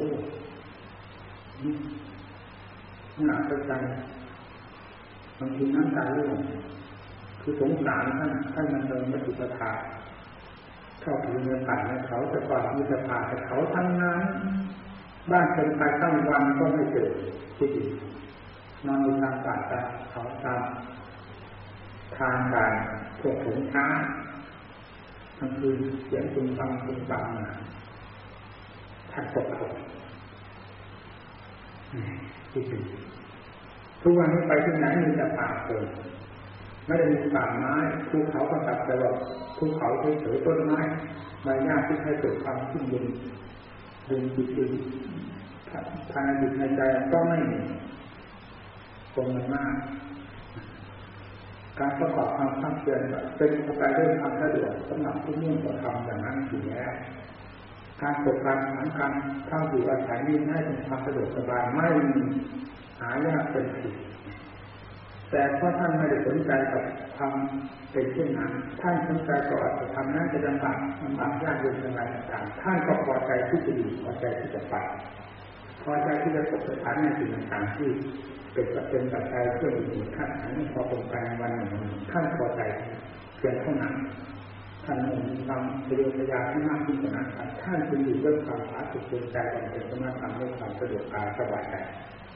หนักใจบางทีน้ำตาร่วงคือสงสารท่านมันเดินไม่ถูกทางเข้าถึงเงินป่าในเขาแต่ก่อนมีสภาแต่เขาทั้งนั้นบ้านเป็นไปตั้งวันก็ไม่เจอที่ดีนอนอยู่ทางป่าตาเขาตามทางการพวกผงช้างทั้งคืนเสียงตึงตังมาท่านตกเขาที่ดีทุกวันนี้ไปที่ไหนมีแต่ป่าเกิดไม่ได้มีป่าไม้ภูเขาก็ตัดแต่ว่าภูเขาเฉยๆต้นไม้ใบหญ้าที่ให้เกิดความชุ่มเย็นดึงจิตดึงภายในจิตในใจก็ไม่มีคงมากการประกอบความตั้งใจเป็นไปด้วยความสะดวกสำหรับผู้มุ่งต่อธรรมอย่างนั้นอยู่แล้วการประกอบการเข้าสู่อาศัยนี้ให้เป็นความสะดวกสบายไม่มีหายากเป็นผิดแต่เพราะท่านไม่ได้สนใจกับความเป็นเช่นนั้นท่านสนใจกับอัตธรรมนั้นจะลำบากยากเย็นอะไรต่างๆท่านก็พอใจที่จะอยู่พอใจที่จะไปพอใจที่จะประสบผลในสิ่งต่างๆที่เป็นปัจจัยเพื่ออยู่ท่านอันนี้พอเป็นไปวันหนึ่งท่านพอใจเพียงเท่านั้นท่านมีความเรียนยาที่มากขึ้นกว่านั้นท่านจะอยู่ด้วยความผาสุกใจเป็นสมาธิด้วยความสะดวกกายสบายใจ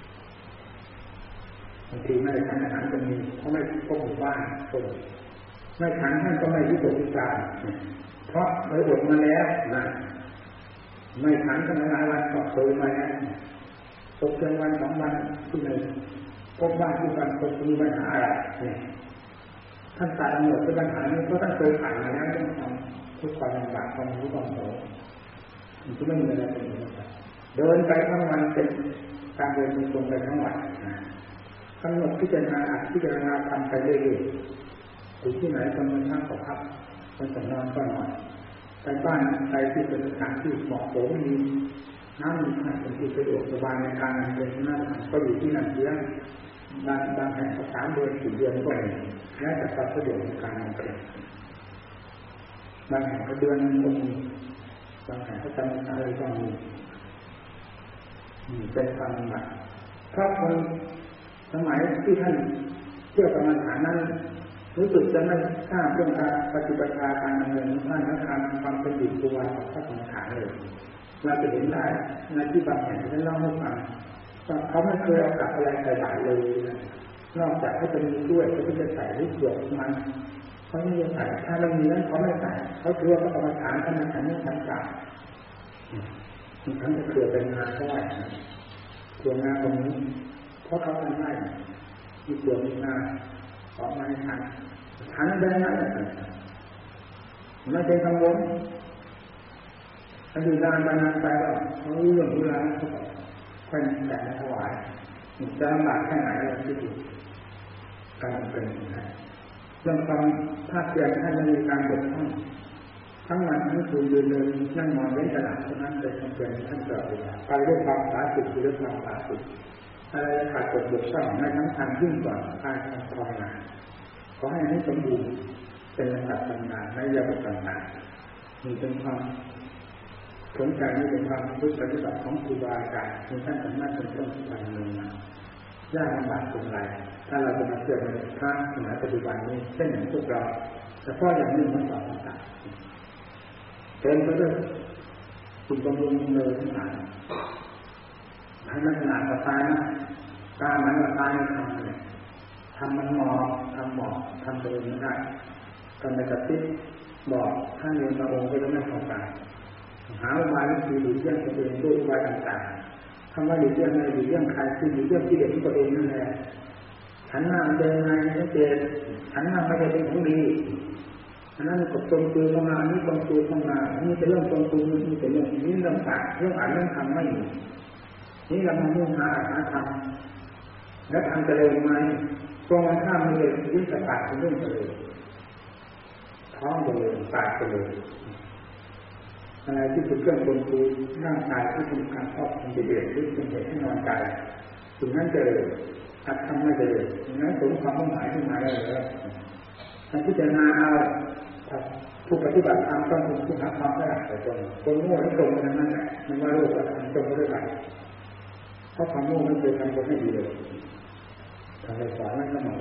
บางทีไม่ได้ทานอาหารก็มีเพราะไม่พบหมู่บ้านคนไม่ทานท่านก็ไม่วิตกวิจารณ์เพราะเคยอดมาแล้วนะไม่ทานกันหลายวันก็เคยมาแล้วตกเพียงวัน2 วันที่หนึ่งพบบ้านที่วันคนมีปัญหาอะไรเนี่ยท่านตายหมดเป็นปัญหานี้เพราะท่านเคยผ่านมาแล้วต้องทำทุกความลำบากความรู้ความโง่มันก็ไม่มีอะไรเป็นอย่างนั้นเดินไปทั้งวันเป็นการเดินจงกรมไปทั้งวันกำหนดพิจารณาทำไปเรื่อยๆถึงที่ไหนกำหนดทั้งก็พักมันจะนอนก็นอนไปบ้านไปที่เป็นสถานที่เหมาะสมมีน้ำมีขนาดเป็นที่สะดวกสบายในการเดินนั่นก็อยู่ที่นั่นเพียงบางแห่ง3 เดือน4 เดือนก็มีและแต่ความสะดวกในการเดินบางแห่งก็เดือนนึงก็มีบางแห่งก็จำอะไรก็มีเป็นความลำบากเพราะคนสมัยที่ท่านเที่ยวกรรมฐานนั้นรู้สึกจะไม่ทราบเรื่องการปฏิบัติการดำเนินของท่านและการความเป็นอยู่ตัวของพระกรรมฐานเลยเราจะเห็นได้ในที่บางแห่งที่ท่านเล่าให้ฟังว่าเขาไม่เคยเอากลับอะไรใส่บาตรเลยนอกจากให้เป็นด้วยเขาจะใส่ลูกหยกมันเขาไม่ใส่ถ้าเรามีนั้นเขาไม่ใส่เขาถือว่าพระกรรมฐานท่านนั้นฉันนี่ฉันกลับทั้งจะเกิดเป็นงานก็ได้ส่วนงานตรงนี้เพราะเขาทำได้มีส่วนมีงานออกมาในทันได้นะไม่เป็นกังวลถ้าดูด้านไปนั้นไปแล้วเขาเรื่องเวลาเขาค่อยแต่ถวายจะลำบากแค่ไหนเราคิดดูการเป็นเรื่องความภาคเพียรท่านมีการบดทั้งวันทั้งคืนเดินนั่งนอนเล่นตลาดเท่านั้นเป็นความเพียรท่านเกิดขึ้นไปด้วยความสาธุด้วยความสาธุอะไรขาดตกบกพร่องในทั้งทางยิ่งกว่าการทำภาวนาขอให้สมบูรณ์เป็นระดับตำนานในระดับต่างๆมีเป็นความสนใจนี่เป็นความรู้ปฏิบัติของครูบาอาจารย์มีท่านสามารถเป็นต้นที่พันหนึ่งมายากลำบากเป็นไรถ้าเราจะมาเชื่อในพระสมัยปัจจุบันนี้เช่นอย่างพวกเราแต่พ่ออย่างนี้มันสอนต่างๆเต็มไปด้วยสิ่งบำรุงเลยทั้งหลายให้มันขนาดตายนะการมันตายทำเลยทำมันหมอทำหมอทำตัวเองไม่ได้การในกระติบบอกท่านเรียนมาองค์ก็จะไม่พอใจหาอุบายวิธีหลีกเลี่ยงตัวเองด้วยอุบายต่างๆคำว่าหลีกเลี่ยงอะไรหลีกเลี่ยงใครคือหลีกเลี่ยงที่เด็กที่ตัวเองนั่นแหละฉันหน้าเดินไงไม่เจนฉันหน้าไม่ได้เป็นของดีอันนั้นก็ตรงตัวเข้ามานี่ตรงตัวเข้ามาอันนี้เป็นเรื่องตรงตัวนี่เป็นเรื่องนี้เรื่องปากเรื่องอ่านเรื่องทำไม่มีนี่เรามามุ่งหาทำแล้วทำเจริญไหมตรงกันข้ามเลยวิสัยปากเป็นเรื่องเจริญท้องเจริญปากเจริญอะไรที่เป็นเครื่องบนคูร่างกายที่เป็นการครอบคุมเดือดที่เป็นเหตุให้นอนใจถึงนั้นเจริญถ้าทำไม่เจริญนั้นสมความมุ่งหมายขึ้นมาได้เลยถ้าพิจารณาเอาผู้ปฏิบัติธรรมต้องเป็นผู้หาความได้แต่คนโง่ให้ตรงนั้นนั่นแหละไม่ว่าโลกอะไรตรงไม่ได้ไหลเพราะความโง่ไม่เคยทำคนให้ดีเลยทำในสอนไม่เสมอ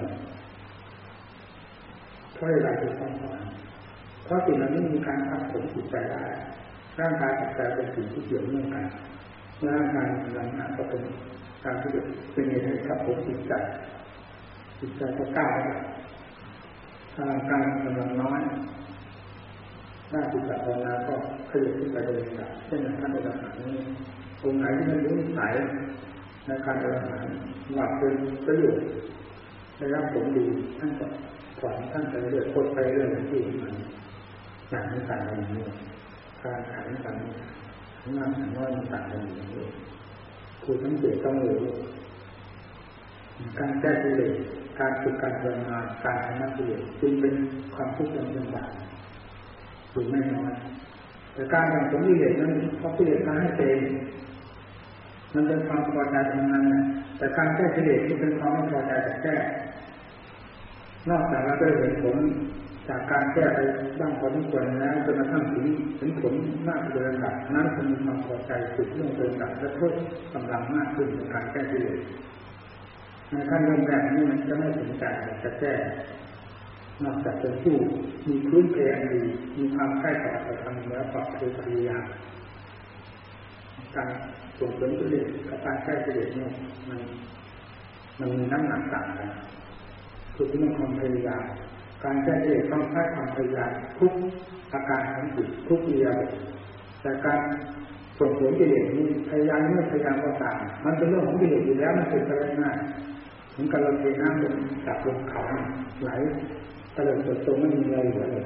เพราะอะไรถึงต้องสอนเพราะสิ่งเหล่านี้มีการทับถมจิตใจได้ร่างกายจิตใจเป็นสิ่งที่เกี่ยวเนื่องกันเมื่อร่างกายมีลักษณะก็เป็นการที่เป็นเหตุให้ทับถมจิตใจก็ก้าวไปถ้าร่างกายกำลังน้อยด้านจิตใจภาวนาก็ขยับขึ้นไปเรื่อยๆเช่นท่านอาจารย์นี้ตรงไหนที่มันรู้นิสัยในการปฏิบัติว่าเป็นประโยชน์ได้รับผลดีท่านก็สอนท่านไปเรื่อยๆคนไปเรื่อยๆที่มันอย่างนี้ต่างกันอย่างนี้การขายต่างกันงานของว่ามันต่างกันอย่างนี้คือทั้งเจตต้องรู้การแก้กิเลสการฝึกการภาวนาการทำกิเลสจึงเป็นความทุกข์ยากลำบากอยู่ไม่น้อยแต่การแบ่งผลกิเลสนั้นเพราะกิเลสมาให้เป็นมันเป็นความพอใจทางนั้นแต่การแก้กิเลสที่เป็นความไม่พอใจแต่แก้นอกจากเราได้เห็นผลจากการแก้ไปบ้างพอสมควรแล้วจนกระทั่งถึงผลมากโดยลำดับนั้นจะมีความพอใจสุดเรื่องโดยลำดับและเพิ่มกำลังมากขึ้นในการแก้กิเลสในขั้นเริ่มแรกนี้มันจะไม่สนใจจะแก้นอกจากเป็นผู้มีพื้นเพอันดีมีความใกล้ต่อไปทำแล้วปรับตัวพยายามการส่งเสริมกิเลสกับการแก้กิเลสเนี่ยมันมีน้ำหนักต่างกันคือที่มันความพยายามการแก้กิเลสต้องใช้ความพยายามทุกอาการของจิตทุกอิริยาบถแต่การส่งเสริมกิเลสนี้พยายามไม่พยายามก็ตามมันเป็นเรื่องของกิเลสอยู่แล้วมันเป็นไปได้ง่ายเหมือนกับเราเทน้ำลงจากลงเขาไหลตลอดตัวตรงไม่มีอะไรเหลือเลย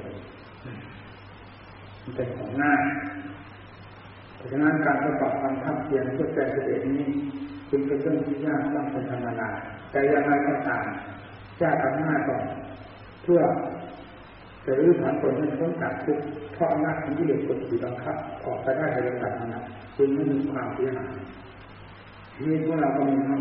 มันเป็นของง่ายเพราะฉะนั้นการประกอบความภาคเพียรเพื่อแก้กิเลสนี้จึงเป็นเรื่องที่ยากต้องเป็นธรรมดาแต่อย่างไรก็ตามยากกับง่ายก่อนเพื่อจะรื้อถอนตนให้พ้นจากทุกข์เพราะอำนาจของกิเลสกดขี่บังคับออกไปได้ในระดับนั้นจึงไม่มีความเสียหายนี่พวกเราก็มีความ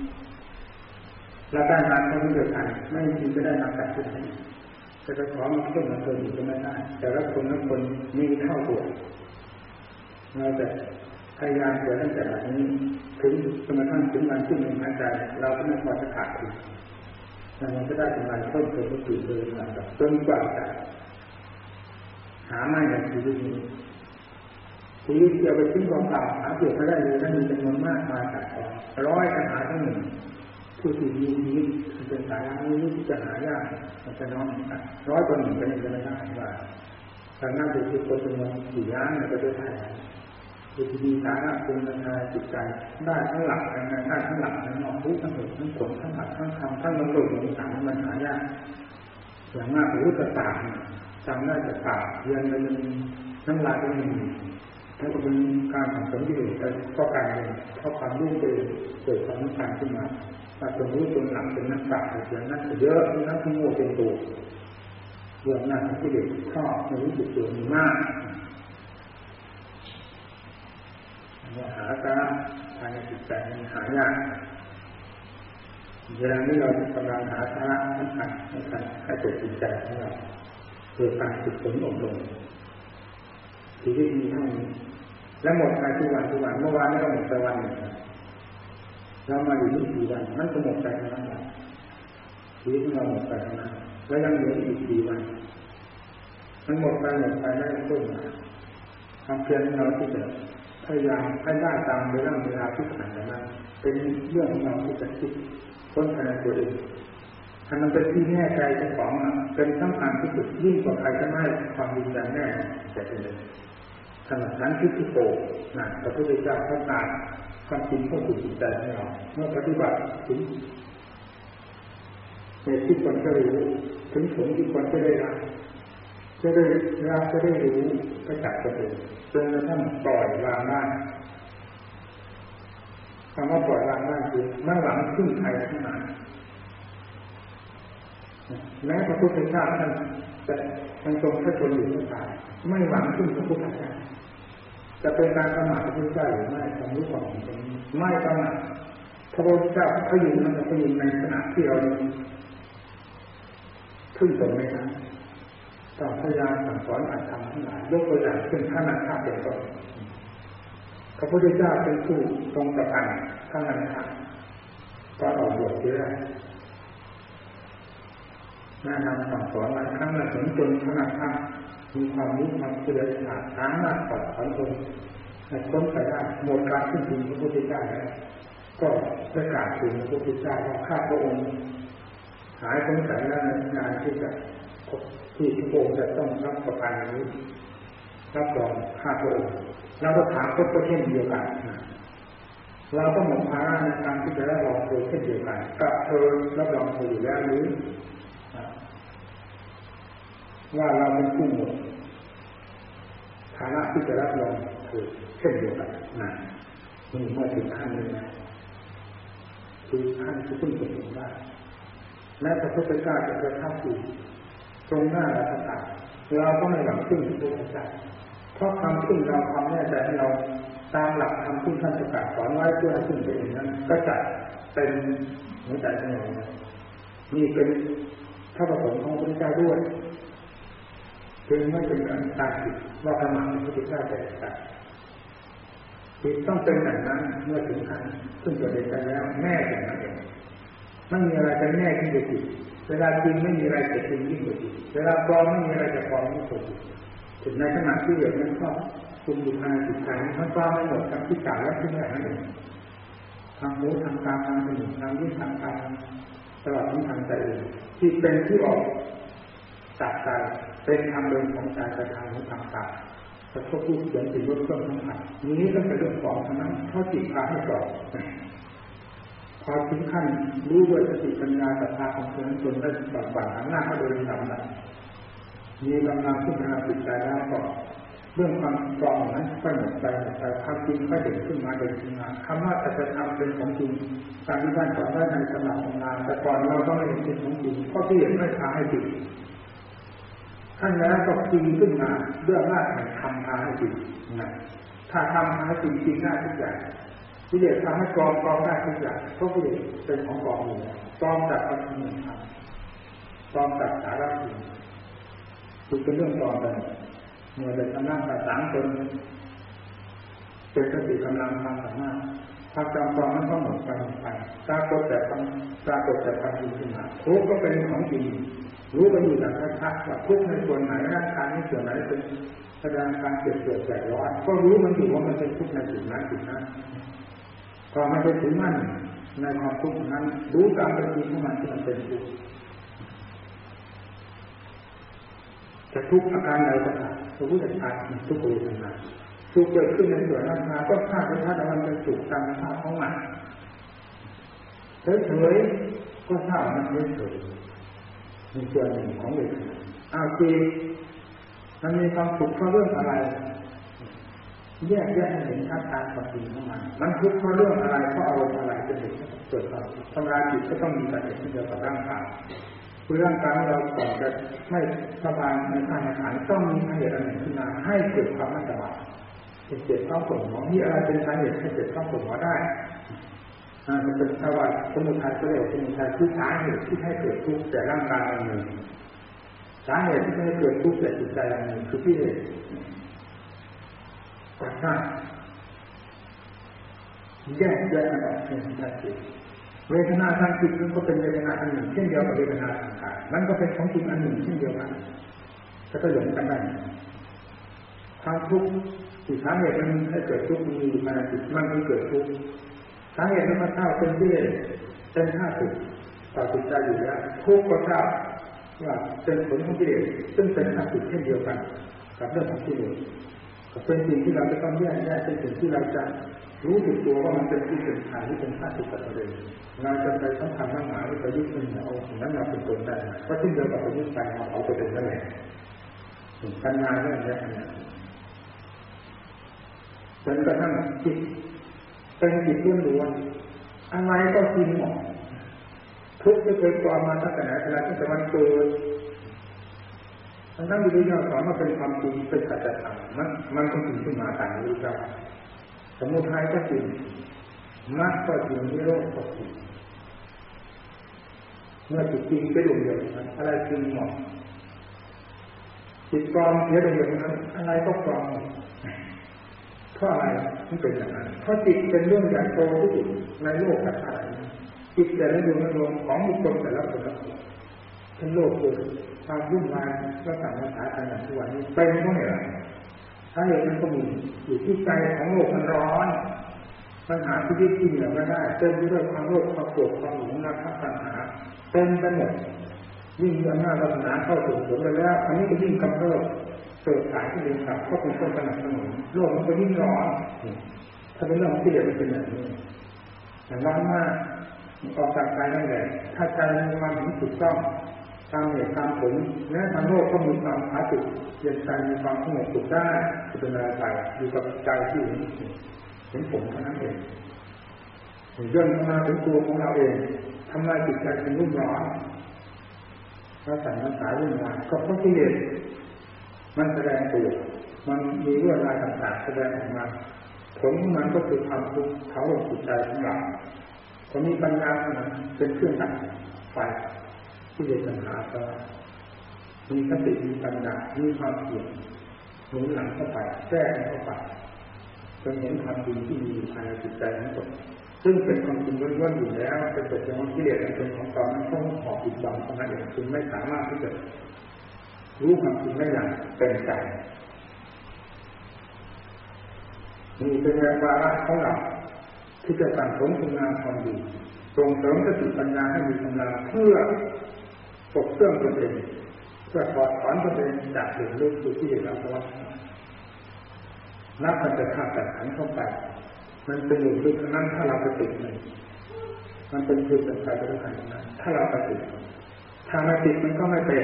เราได้มาเท่านี้เดียวกันไม่จริงจะได้มาจากที่ไหนจะไปขอมาเพิ่มมาเติมอีกก็ไม่ได้แต่ละคนมีเท่าตัวเราจะพยายามเกิดตั้งแต่แบบนี้ถึงจนกระทั่งถึงวันที่1หายใจเราก็ไม่พอจะขาดทุนเราจะได้กำไรเพิ่มเติมก็ตื่นเลยนะครับจนกว่าจะหาไม่ในชีวิตนี้ชีวิตเดียวไปทิ้งกองเปล่าหาเปลี่ยนไม่ได้เลยนั่นมีจำนวนมากมาจาก100ปัญหาทั้งหนึ่งผู้ที่มีชีวิตเป็นสายนี้ที่จะหายากมันจะน้อย100 ต่อ 1ก็ยังจะไม่ได้ว่าทางหน้าดูคือคนจำนวน4 ล้านในประเทศไทยคือมีฐานะเป็นประชาจิตใจได้ทั้งหลักทั้งได้ทั้งหลักทั้งนอกรู้ทั้งเหตุทั้งผลทั้งหลักทั้งธรรมทั้งมรรคผลต่างมันหายากอย่างมากรู้กระต่างจำได้แต่ปากเรียนไปยังน้ำลายก็มีถ้าเป็นการสังสมที่เหลือก็กลายเป็นเพราะความรู้ไปเกิดความต้องการขึ้นมาถ้าจนรู้จนหลังเป็นนักปราชญ์อย่างนั้นเยอะนักที่โง่เป็นตัวเรื่องนั้นที่เด็กชอบในรู้สึกตัวมีมากหาสาระภายในจิตใจมันหายากเวลานี้เรากำลังหาสาระสำคัญให้เกิดจิตใจของเราโดยการฝึกฝนอบรมชีวิตมีเท่านี้และหมดไปทุกวันเมื่อวานนี้ก็หมดไปวันหนึ่งเรามาอยู่นี่4 วันมันก็หมดไปทั้งนั้นชีวิตเราหมดไปทั้งนั้นแล้วยังเหลืออีก4 วันมันหมดไปได้ต้นมาความเพียรของเราที่จะพยายามให้ได้ตามเวลาที่ผ่านมานั้นเป็นเรื่องของเราที่จะคิดค้นหาตัวเองถ้ามันเป็นที่แน่ใจเจ้าของเป็นสำคัญที่สุดยิ่งกว่าใครจะให้ความยืนยันแน่แต่เป็นเลยขณะนั้นที่โตนะพระพุทธเจ้าท่านตรัสความจริงเข้าสู่จิตใจของเราเมื่อปฏิบัติถึงเหตุที่ควรจะรู้ถึงผลที่ควรจะได้รับจะได้รู้ก็จับตัวเองจนกระทั่งปล่อยวางได้คำว่าปล่อยวางได้คือไม่หวังพึ่งใครทั้งนั้นแม้พระพุทธเจ้าท่านจะทรงพระชนอยู่ที่ตายไม่หวังพึ่งพระพุทธเจ้าจะเป็นการประมาทพระพุทธเจ้าหรือไม่ความรู้ความเห็นไม่ประมาทพระพุทธเจ้าเขาอยู่มันก็อยู่ในขณะที่เราพึ่งตนไม่ได้ต้องพยายามสั่งสอนอัตธรรมทั้งหลายยกตัวอย่างเช่นพระนันทะเป็นต้นพระพุทธเจ้าเป็นผู้ทรงประทานพระนันทะก็ออกบวชที่แรกแนะนำสั่งสอนหลายครั้งและถึงจนพระนันทะมีความรู้ความเฉลียวฉลาดสามารถสอนตนให้พ้นไปได้หมดการขึ้นถึงพระพุทธเจ้าแล้วก็ประกาศถึงพระพุทธเจ้าว่าข้าพระองค์หายสงสัยแล้วในงานที่พระองค์จะต้องรับประทานนี้รับรองข้าพระองค์เราก็ถามก็เช่นเดียวกันเราก็หมดภาระในการที่จะรับรองเธอเช่นเดียวกันกับเธอรับรองเธออยู่แล้วหรือว่าเราเป็นผู้หมดภาระที่จะรับรองเธอเช่นเดียวกันนี่เมื่อถึงขั้นนี้นะคือขั้นที่พึ่งตนได้แม้พระพุทธเจ้าจะประทับอยู่ตรงหน้าเราต่างเราก็ไม่หวังพึ่งพระพุทธเจ้าเพราะความพึ่งเราความแน่ใจที่เราตามหลักธรรมที่ท่านประกาศสอนไว้เพื่อให้พึ่งตัวเองนั้นก็จะเป็นหัวใจของเรานี่เป็นพระประสงค์ของพระพุทธเจ้าด้วยจึงไม่เป็นการตัดสินว่าประมาทพระพุทธเจ้าแต่ตัดจิตต้องเป็นอย่างนั้นเมื่อถึงขั้นพึ่งตัวเองไปแล้วแน่อย่างนั้นเองไม่มีอะไรจะแน่ที่จะจิตเวลาจริงไม่มีอะไรจะจริงยิ่งกว่าจริงเวลาปลอมไม่มีอะไรจะปลอมยิ่งกว่าจริงถึงในขณะที่เหลือนั้นก็คุมอยู่ภายในจิตใจมันปลอมไม่หมดทั้งที่กล่าวและที่ไม่นั่นเองทางหูทางตาทางจมูกทางลิ้นทางกายตลอดทั้งทางใจที่เป็นที่ออกจากใจเป็นทางเดินของใจไปทางหูทางตากระทบรูปเสียงสิ่งรสเครื่องสัมผัสนี้ก็เป็นเรื่องของทั้งนั้นเพราะจิตพาให้ก่อพอถึงขั้นรู้ด้วยสติปัญญาศรัทธาของตนจนได้บังอำนาจเขาโดยลำดับมีกำลังพัฒนาจิตใจแล้วก็เรื่องความปลอมนั้นก็หมดไปความจริงก็เด่นขึ้นมาคำว่าสัจธรรมเป็นของจริงตามที่ท่านสอนไว้ในตำราของงานแต่ก่อนเราก็ไม่เห็นเป็นของจริงเพราะที่เห็นไม่พาให้จริงท่านแล้วก็จริงขึ้นมาเรื่องหน้าแห่งธรรมพาให้จริงถ้าทำพาให้จริงได้ทุกอย่างวิเลศทำให้กรองได้ทุกอย่างเพราะวิเลศเป็นของกรองอยู่กรองจากความจริงธรรมกรองจากสาระจริงคือเป็นเรื่องกรองกันเมื่อได้ทำหน้าต่างๆจนเป็นสติกำลังความสามารถความจำความนั้นก็หมดไปปรากฏแต่ความจริงขึ้นมาทุกข์ก็เป็นของจริงรู้กันอยู่อย่างชัดๆว่าทุกข์ในส่วนไหนร่างกายในส่วนไหนเป็นแสดงการเกิดแก่ร้อนก็รู้มันอยู่ว่ามันเป็นทุกข์ในจุดนั้นพอมันไปถึงมั่นในความทุกข์นั้นรู้ตามเป็นจริงของมันที่มันเป็นทุกข์จะทุกข์อาการใดก็ตามพระพุทธเจ้าทุกข์เวทนาสุขเกิดขึ้นในส่วนร่างกายก็ทราบว่าถ้ามันเป็นสุขตามสภาพของมันเฉยๆก็ทราบมันเฉยๆมีส่วนหนึ่งของเวทนาจริงมันมีความสุขเพราะเรื่องอะไรแยกให้เห็นชัดตามความจริงของมันทุกข์เพราะเรื่องอะไรเพราะอารมณ์อะไรจะเกิดความธรรมดาจิตก็ต้องมีการเห็นเกี่ยวกับร่างกายคือร่างกายเราก่อนจะไม่สบายในทางอาหารต้องมีเหตุอะไรขึ้นมาให้เกิดความไม่สบายเจ็บท้องปวดหัวมีอะไรเป็นสาเหตุให้เจ็บท้องปวดหัวได้มันเป็นภาวะสมุทัยก็เรียกสมุทัยคือสาเหตุที่ให้เกิดทุกข์แต่ร่างกายอันหนึ่งสาเหตุที่ให้เกิดทุกข์แต่จิตใจอันหนึ่งคือที่ปัจจัยแยกกันออกเป็นชัดเจนเวทนาทางจิตมันก็เป็นเวทนาอันหนึ่งเช่นเดียวกับเวทนาทางกายมันก็เป็นของจริงอันหนึ่งเช่นเดียวกันก็หลงกันได้ความทุกข์ที่สาเหตุมันให้เกิดทุกข์มีภายในจิตมันเกิดทุกข์สาเหตุมันมาเท่าเป็นที่เป็นท่าสุขต่อจิตใจอยู่แล้วทุกข์ก็เท่าว่าเป็นผลของกิเลสซึ่งเป็นท่าสุขเช่นเดียวกันกับเรื่องของกิเลสก็เป็นสิ่งที่เราจะต้องแยกเป็นสิ่งที่เราจะรู้สึกตัวว่ามันเป็นที่เป็นฐานที่เป็นท่าสุขประเด็นเราจะไปสำคัญมั่งหมายไปยึดมั่นเอาสิ่งนั้นมาเป็นตนได้ก็เช่นเดียวกับไปยึดใจเอาไปเป็นนั่นแหละปัญญาเรื่องนี้จนกระทั่งจิตเป็นจิตล้วนๆอะไรก็จริงหมดทุกข์จะเคยปลอมมาตั้งแต่ไหนแต่ไรตั้งแต่วันเกิดทั้งๆที่เราสอนว่าเป็นความจริงเป็นสัจธรรมมันก็จริงขึ้นมาต่างรู้จักสมุทัยก็จริงมรรคก็จริงนิโรธก็จริงเมื่อจิตจริงไปดวงเดียวอะไรจริงหมดจิตปลอมเสียดวงเดียวนั้นอะไรก็ปลอมเพราะอะไรมันเป็นอย่างนั้นเพราะจิตเป็นเรื่องใหญ่โตที่สุดในโลกทั้งหลายจิตแต่ละดวงของบุคคลแต่ละคนทั้งโลกเลยความวุ่นวายก็ต่างภาษากันอย่างทุกวันนี้เป็นเพราะอะไรถ้าอย่างนั้นก็มีอยู่ที่ใจของโลกมันร้อนปัญหาที่ยึดที่เหนี่ยวไม่ได้เต็มไปด้วยความโลภความโกรธความหลงราคะตัณหาเต็มไปหมดยิ่งอำนาจวาสนาเข้าถึงผลไปแล้วอันนี้ก็ยิ่งกำเริบเกิดสายที่เรียนกับก็เป็นต้นสนับสนุนโลกมันก็ยิ่งร้อนถ้าเป็นเรื่องที่เดียวเป็นอย่างนี้แต่ร้อนมากออกจากใจนั่นแหละถ้าใจมีความเห็นถูกต้องตามเหตุตามผลแม้ทางโลกก็มีความผาสุกเย็นใจมีความสงบสุขได้จะเป็นอะไรไปอยู่กับใจที่เห็นผลเท่านั้นเองย่นมาถึงตัวของเราเองทำลายจิตใจเป็นรุ่มร้อนแล้วสั่งมันสายวุ่นวายก็เพราะกิเลสมันแสดงตัวมันมีเรื่องราวต่างๆแสดงออกมาผลของมันก็คือความทุกข์เผาลงจิตใจของเราก็มีปัญญาเป็นเครื่องดับไฟที่เดชปัญหาก็มีสติมีปัญญามีความเพียรหนุนหลังเข้าไปแก้เข้าไปจนเห็นความจริงที่มีภายในจิตใจทั้งหมดซึ่งเป็นความจริงล้วนๆอยู่แล้วเป็นตัวของกิเลสเป็นของตอนนั้นต้องขอปิดบังเท่านั้นเองจึงไม่สามารถที่จะรู้ความจริงได้อย่างเต็มใจนี่เป็นวาระของเราที่จะสั่งสมคุณงามความดีส่งเสริมสติปัญญาให้มีกำลังเพื่อปกเครื่องตนเองเพื่อถอดถอนตนเองจากเหตุลึกที่เห็นแล้วว่านับมันจะฆ่าแต่ขันเข้าไปมันเป็นหลุมลึกนั้นถ้าเราไปติดมันเป็นคือเป็นไปด้วยกันนั้นถ้าเราไปติดถ้าไม่ติดมันก็ไม่เป็น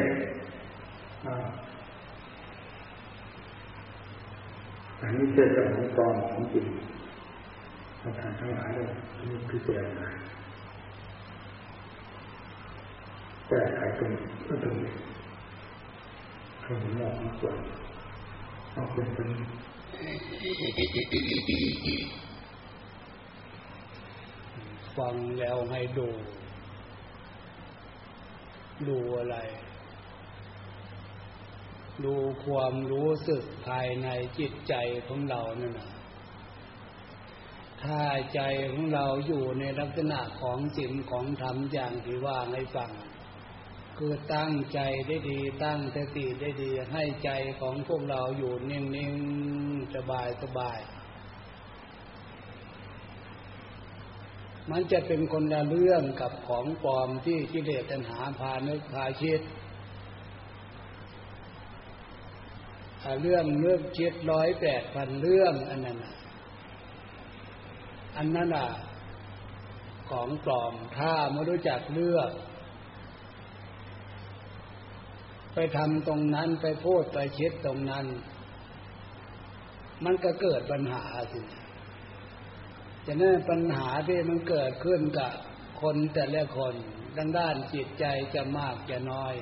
อันนี้เจตนาของกองของจริงเราทำทั้งหลายเลยนี่คือเจตนาแต่ใครเป็นก็ตรงนี้เขาหมอกมากกว่าเอาเป็นฟังแล้วให้ดูอะไรดูความรู้สึกภายในจิตใจของเรานั่นน่ะถ้าใจของเราอยู่ในลักษณะของศีลของธรรมอย่างที่ว่าให้ฟังคือตั้งใจได้ดีตั้งสติได้ดีให้ใจของพวกเราอยู่นิ่งๆสบายมันจะเป็นคนละเรื่องกับของปลอมที่กิเลสตัณหาพานึกพาคิดเรื่องนึกคิด108,000เรื่องอันนั้นของปลอมถ้าไม่รู้จักเลือกไปทำตรงนั้นไปพูดไปคิดตรงนั้นมันก็เกิดปัญหาสิฉะนั้นปัญหาที่มันเกิดขึ้นกับคนแต่ละคนด้านจิตใจจะมากจะน้อย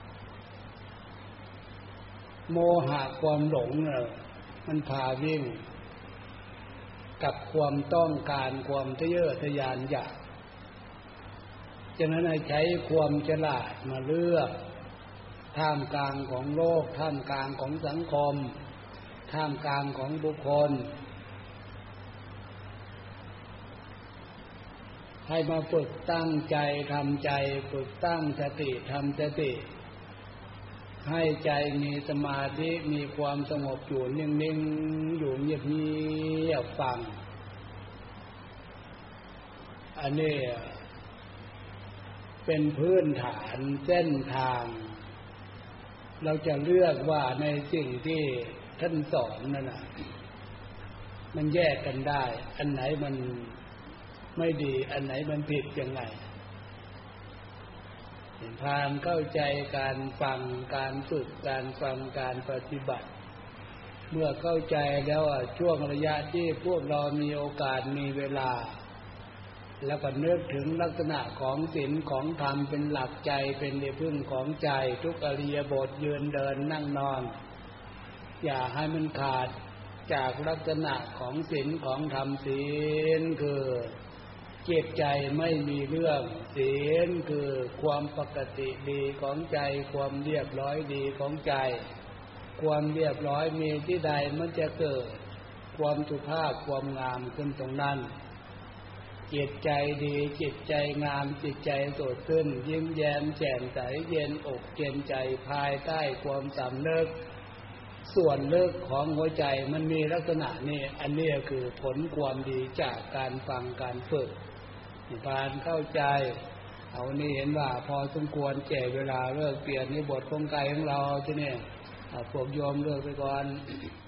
โมหะความหลงมันพาวิ่งกับความต้องการความทะเยอทะยานอยากฉะนั้นให้ใช้ความฉลาดมาเลือกท่ามกลางของโลกท่ามกลางของสังคมท่ามกลางของบุคคลให้มาฝึกตั้งใจทำใจฝึกตั้งสติทำสติให้ใจมีสมาธิมีความสงบอยู่นิ่งๆอยู่เงียบๆฟังอันนี้เป็นพื้นฐานเส้นทางเราจะเลือกว่าในสิ่งที่ท่านสอนนั่นน่ะมันแยกกันได้อันไหนมันไม่ดีอันไหนมันผิดยังไงพานเข้าใจการฟังการฝึกการฟังการปฏิบัติเมื่อเข้าใจแล้วช่วงระยะที่พวกเรามีโอกาสมีเวลาแล้วก็นึกถึงลักษณะของศีลของธรรมเป็นหลักใจเป็นที่พึ่งของใจทุกอริยบทยืนเดินนั่งนอนอย่าให้มันขาดจากลักษณะของศีลของธรรมศีลคือจิตใจไม่มีเรื่องศีลคือความปกติดีของใจความเรียบร้อยดีของใจความเรียบร้อยมีที่ใดมันจะเกิดความสุภาพความงามขึ้นตรงนั้นจิตใจดีจิตใจงามจิตใจสดชื่นยิ้มแย้มแจ่มใสเย็นอกเย็นใจภายใต้ความสำนึกส่วนลึกของหัวใจมันมีลักษณะนี้อันนี้คือผลความดีจากการฟังการฝึกการเข้าใจเอานี่เห็นว่าพอสมควรแก่เวลาเลิกเปลี่ยนในบทคงไกลของเราที่นี่พวกโยมเลิกไปก่อน